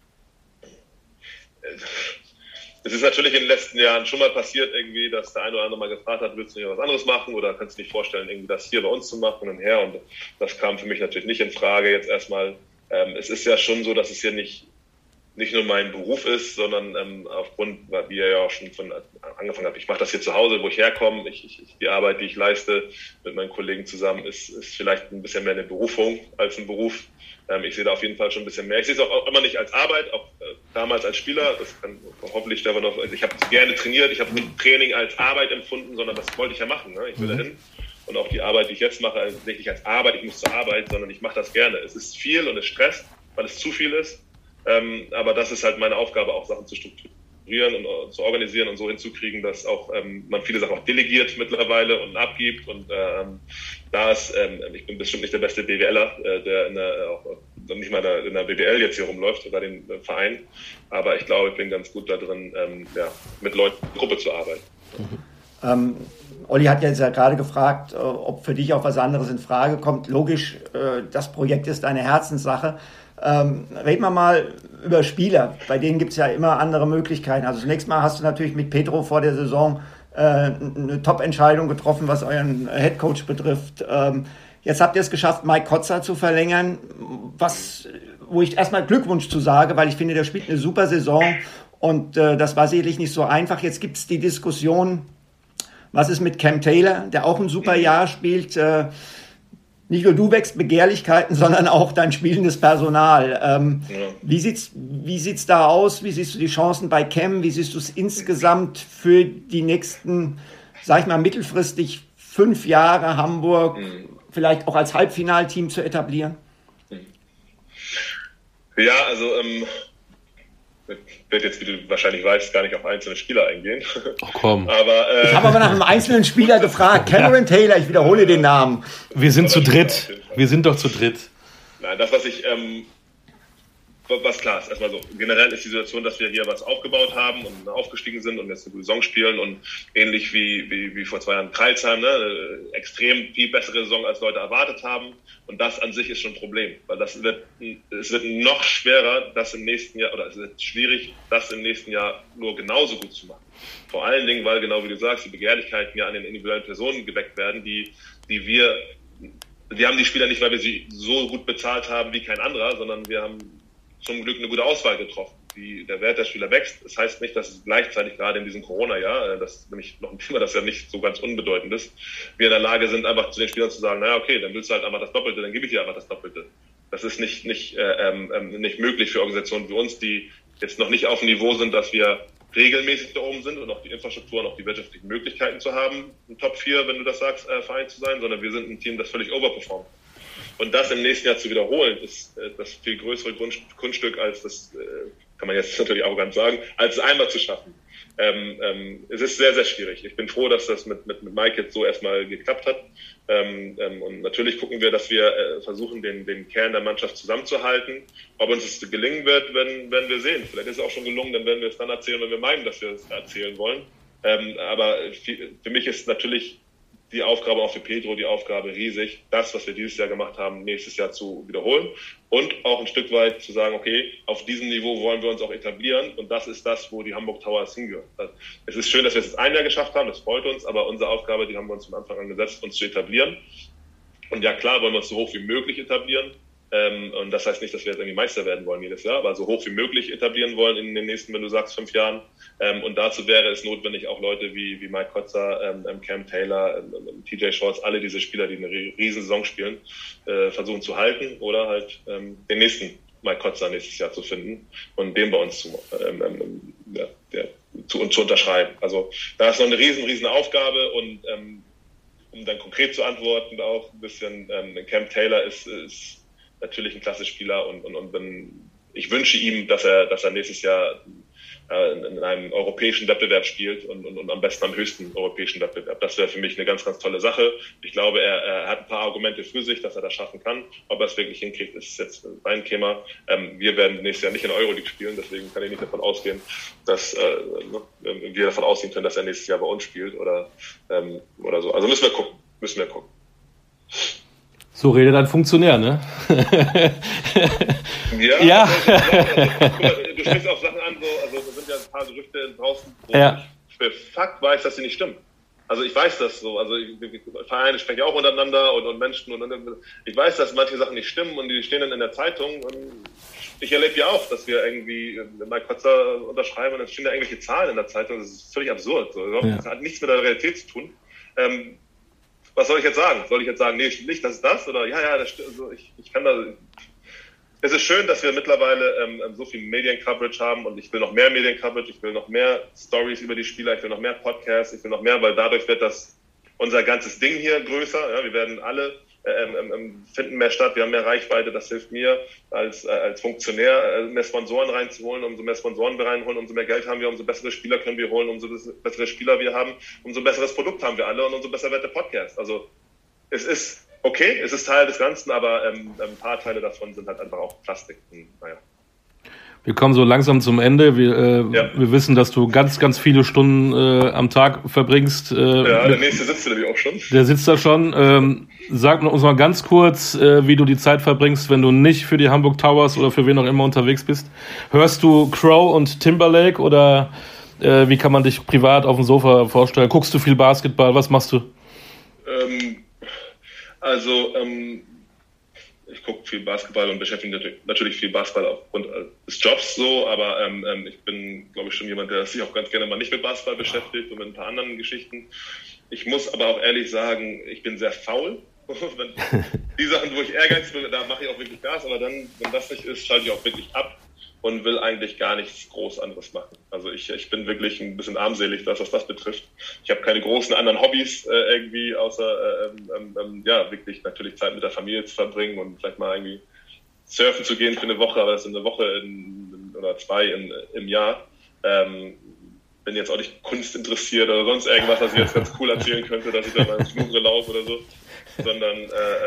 es ist natürlich in den letzten Jahren schon mal passiert irgendwie, dass der eine oder andere mal gefragt hat, willst du nicht was anderes machen oder kannst du nicht vorstellen, irgendwie das hier bei uns zu machen und her und das kam für mich natürlich nicht in Frage jetzt erstmal. Es ist ja schon so, dass es hier nicht nur mein Beruf ist, sondern aufgrund, wie ihr ja auch schon von angefangen habt, ich mache das hier zu Hause, wo ich herkomme, die Arbeit, die ich leiste mit meinen Kollegen zusammen, ist vielleicht ein bisschen mehr eine Berufung als ein Beruf. Ich sehe da auf jeden Fall schon ein bisschen mehr. Ich sehe es auch immer nicht als Arbeit, auch damals als Spieler, das kann hoffentlich Stefan noch, also ich habe gerne trainiert, ich habe nicht Training als Arbeit empfunden, sondern das wollte ich ja machen, ne? Ich will dahin. Und auch die Arbeit, die ich jetzt mache, also nicht als Arbeit, ich muss zur Arbeit, sondern ich mache das gerne. Es ist viel und es stresst, weil es zu viel ist. Aber das ist halt meine Aufgabe, auch Sachen zu strukturieren. und zu organisieren und so hinzukriegen, dass auch man viele Sachen auch delegiert mittlerweile und abgibt. Und ich bin bestimmt nicht der beste BWLer, der auch nicht mal in der BWL jetzt hier rumläuft bei den Vereinen. Aber ich glaube, ich bin ganz gut da drin, mit Leuten in Gruppe zu arbeiten. Olli hat jetzt ja gerade gefragt, ob für dich auch was anderes in Frage kommt. Logisch, das Projekt ist eine Herzenssache. Reden wir mal über Spieler. Bei denen gibt es ja immer andere Möglichkeiten. Also zunächst mal hast du natürlich mit Pedro vor der Saison eine Top-Entscheidung getroffen, was euren Headcoach betrifft. Jetzt habt ihr es geschafft, Mike Kotzer zu verlängern, wo ich erstmal Glückwunsch zu sage, weil ich finde, der spielt eine super Saison und das war sicherlich nicht so einfach. Jetzt gibt es die Diskussion, was ist mit Cam Taylor, der auch ein super Jahr spielt. Nicht nur du wächst Begehrlichkeiten, sondern auch dein spielendes Personal. Wie sieht's da aus? Wie siehst du die Chancen bei Cam? Wie siehst du es insgesamt für die nächsten, sag ich mal, mittelfristig 5 Jahre Hamburg vielleicht auch als Halbfinalteam zu etablieren? Ja, also ich werde jetzt, wie du wahrscheinlich weißt, gar nicht auf einzelne Spieler eingehen. Oh, komm. Ich habe aber nach einem einzelnen Spieler gefragt. Cameron Taylor, ich wiederhole den Namen. Wir sind zu dritt. Wir sind doch zu dritt. Nein, das, was klar ist, erstmal so. Generell ist die Situation, dass wir hier was aufgebaut haben und aufgestiegen sind und jetzt eine gute Saison spielen und ähnlich wie vor 2 Jahren Crailsheim, ne, extrem viel bessere Saison als Leute erwartet haben. Und das an sich ist schon ein Problem, weil es wird noch schwerer, das im nächsten Jahr, oder es wird schwierig, das im nächsten Jahr nur genauso gut zu machen. Vor allen Dingen, weil genau wie du sagst, die Begehrlichkeiten ja an den individuellen Personen geweckt werden, die haben die Spieler nicht, weil wir sie so gut bezahlt haben wie kein anderer, sondern wir haben zum Glück eine gute Auswahl getroffen. Der Wert der Spieler wächst. Das heißt nicht, dass es gleichzeitig gerade in diesem Corona-Jahr, das ist nämlich noch ein Thema, das ja nicht so ganz unbedeutend ist, wir in der Lage sind, einfach zu den Spielern zu sagen, naja, okay, dann willst du halt einfach das Doppelte, dann gebe ich dir einfach das Doppelte. Das ist nicht möglich für Organisationen wie uns, die jetzt noch nicht auf dem Niveau sind, dass wir regelmäßig da oben sind und auch die Infrastruktur und auch die wirtschaftlichen Möglichkeiten zu haben, ein Top 4, wenn du das sagst, Verein zu sein, sondern wir sind ein Team, das völlig overperformt. Und das im nächsten Jahr zu wiederholen, ist das viel größere Kunststück, als das, kann man jetzt natürlich arrogant sagen, als es einmal zu schaffen. Es ist sehr, sehr schwierig. Ich bin froh, dass das mit Mike jetzt so erstmal geklappt hat. Und natürlich gucken wir, dass wir versuchen, den Kern der Mannschaft zusammenzuhalten. Ob uns es gelingen wird, werden wir sehen. Vielleicht ist es auch schon gelungen, dann werden wir es dann erzählen, wenn wir meinen, dass wir es erzählen wollen. Aber für mich ist natürlich die Aufgabe, auch für Pedro, die Aufgabe riesig, das, was wir dieses Jahr gemacht haben, nächstes Jahr zu wiederholen und auch ein Stück weit zu sagen, okay, auf diesem Niveau wollen wir uns auch etablieren und das ist das, wo die Hamburg Towers hingehören. Es ist schön, dass wir es jetzt ein Jahr geschafft haben, das freut uns, aber unsere Aufgabe, die haben wir uns von Anfang an gesetzt, uns zu etablieren. Und ja, klar, wollen wir uns so hoch wie möglich etablieren. Und das heißt nicht, dass wir jetzt irgendwie Meister werden wollen jedes Jahr, aber so hoch wie möglich etablieren wollen in den nächsten, wenn du sagst, 5 Jahren. Und dazu wäre es notwendig, auch Leute wie Mike Kotzer, Cam Taylor, TJ Shorts, alle diese Spieler, die eine riesen Saison spielen, versuchen zu halten oder halt den nächsten Mike Kotzer nächstes Jahr zu finden und den bei uns zu unterschreiben. Also da ist noch eine riesen Aufgabe und um dann konkret zu antworten, auch ein bisschen, Cam Taylor ist natürlich ein klasse Spieler und ich wünsche ihm, dass er nächstes Jahr in einem europäischen Wettbewerb spielt und am besten am höchsten europäischen Wettbewerb. Das wäre für mich eine ganz, ganz tolle Sache. Ich glaube, er hat ein paar Argumente für sich, dass er das schaffen kann. Ob er es wirklich hinkriegt, ist jetzt sein Thema. Wir werden nächstes Jahr nicht in der Euroleague spielen, deswegen kann ich nicht davon ausgehen, dass wir davon ausgehen können, dass er nächstes Jahr bei uns spielt oder so. Also müssen wir gucken. So redet ein Funktionär, ne? Ja. Du sprichst auch Sachen an, also da sind ja ein paar Gerüchte draußen, wo ich für Fakt weiß, dass sie nicht stimmen. Also ich weiß das so, also Vereine sprechen auch untereinander und Menschen und ich weiß, dass manche Sachen nicht stimmen und die stehen dann in der Zeitung und ich erlebe ja auch, dass wir irgendwie Mike Kotzer unterschreiben und dann stehen da irgendwelche Zahlen in der Zeitung, das ist völlig absurd. So. Das hat nichts mit der Realität zu tun. Was soll ich jetzt sagen? Soll ich jetzt sagen, nee, stimmt nicht, das ist das? Oder ja, das stimmt. Also ich kann da. Es ist schön, dass wir mittlerweile so viel Medien-Coverage haben und ich will noch mehr Medien-Coverage, ich will noch mehr Stories über die Spieler, ich will noch mehr Podcasts, ich will noch mehr, weil dadurch wird unser ganzes Ding hier größer. Ja, wir werden alle finden mehr statt, wir haben mehr Reichweite, das hilft mir als Funktionär, mehr Sponsoren reinzuholen. Umso mehr Sponsoren wir reinholen, umso mehr Geld haben wir, umso bessere Spieler können wir holen, umso bessere Spieler wir haben, umso besseres Produkt haben wir alle und umso besser wird der Podcast. Also es ist okay, es ist Teil des Ganzen, aber ein paar Teile davon sind halt einfach auch Plastik. Naja. Wir kommen so langsam zum Ende. Wir wissen, dass du ganz, ganz viele Stunden am Tag verbringst. Der nächste sitzt nämlich auch schon. Der sitzt da schon. Sag uns mal ganz kurz, wie du die Zeit verbringst, wenn du nicht für die Hamburg Towers oder für wen auch immer unterwegs bist. Hörst du Crow und Timberlake oder wie kann man dich privat auf dem Sofa vorstellen? Guckst du viel Basketball? Was machst du? Ich gucke viel Basketball und beschäftige mich natürlich viel Basketball aufgrund des Jobs so, aber ich bin, glaube ich, schon jemand, der sich auch ganz gerne mal nicht mit Basketball beschäftigt und mit ein paar anderen Geschichten. Ich muss aber auch ehrlich sagen, ich bin sehr faul. Die Sachen, wo ich ehrgeizig bin, da mache ich auch wirklich Gas, aber dann, wenn das nicht ist, schalte ich auch wirklich ab und will eigentlich gar nichts groß anderes machen. Also ich bin wirklich ein bisschen armselig, was das betrifft. Ich habe keine großen anderen Hobbys irgendwie, außer wirklich natürlich Zeit mit der Familie zu verbringen und vielleicht mal irgendwie surfen zu gehen für eine Woche, aber das ist eine Woche oder zwei im Jahr. Bin jetzt auch nicht Kunst interessiert oder sonst irgendwas, was ich jetzt ganz cool erzählen könnte, dass ich da mal ins Louvre laufe oder so, sondern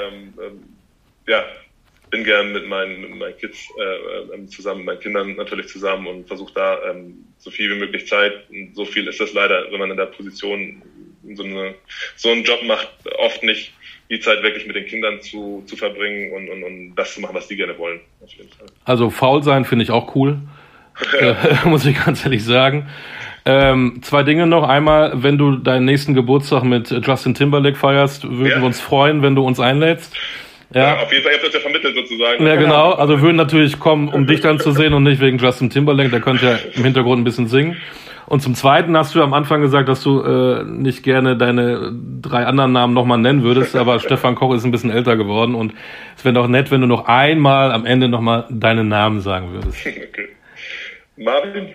bin gern mit meinen Kids zusammen, mit meinen Kindern natürlich zusammen und versuche da so viel wie möglich Zeit, und so viel ist das leider, wenn man in der Position so einen Job macht, oft nicht, die Zeit wirklich mit den Kindern zu verbringen und das zu machen, was die gerne wollen. Auf jeden Fall. Also faul sein finde ich auch cool, muss ich ganz ehrlich sagen. 2 Dinge noch. Einmal, wenn du deinen nächsten Geburtstag mit Justin Timberlake feierst, würden wir uns freuen, wenn du uns einlädst. Ja, auf jeden Fall, ihr habt das ja vermittelt sozusagen. Ja, genau. Also wir würden natürlich kommen, um dich dann zu sehen und nicht wegen Justin Timberlake. Der könnte ja im Hintergrund ein bisschen singen. Und zum Zweiten hast du am Anfang gesagt, dass du nicht gerne deine 3 anderen Namen nochmal nennen würdest, aber Stefan Koch ist ein bisschen älter geworden und es wäre doch nett, wenn du noch einmal am Ende nochmal deine Namen sagen würdest. Okay. Marvin,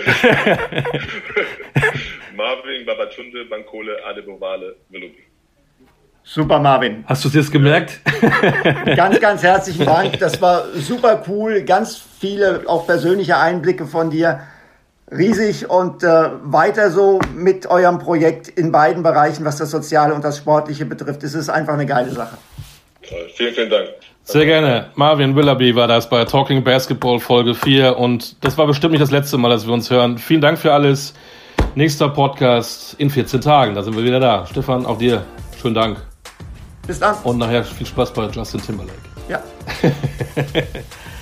Babatunde, Bankole, Adebowale, Melobi. Super, Marvin. Hast du es jetzt gemerkt? Ganz, ganz herzlichen Dank. Das war super cool. Ganz viele auch persönliche Einblicke von dir. Riesig und weiter so mit eurem Projekt in beiden Bereichen, was das Soziale und das Sportliche betrifft. Es ist einfach eine geile Sache. Toll. Vielen, vielen Dank. Sehr gerne. Marvin Willoughby war das bei Talking Basketball Folge 4 und das war bestimmt nicht das letzte Mal, dass wir uns hören. Vielen Dank für alles. Nächster Podcast in 14 Tagen, da sind wir wieder da. Stefan, auch dir schönen Dank. Bis dann. Und nachher viel Spaß bei Justin Timberlake. Ja.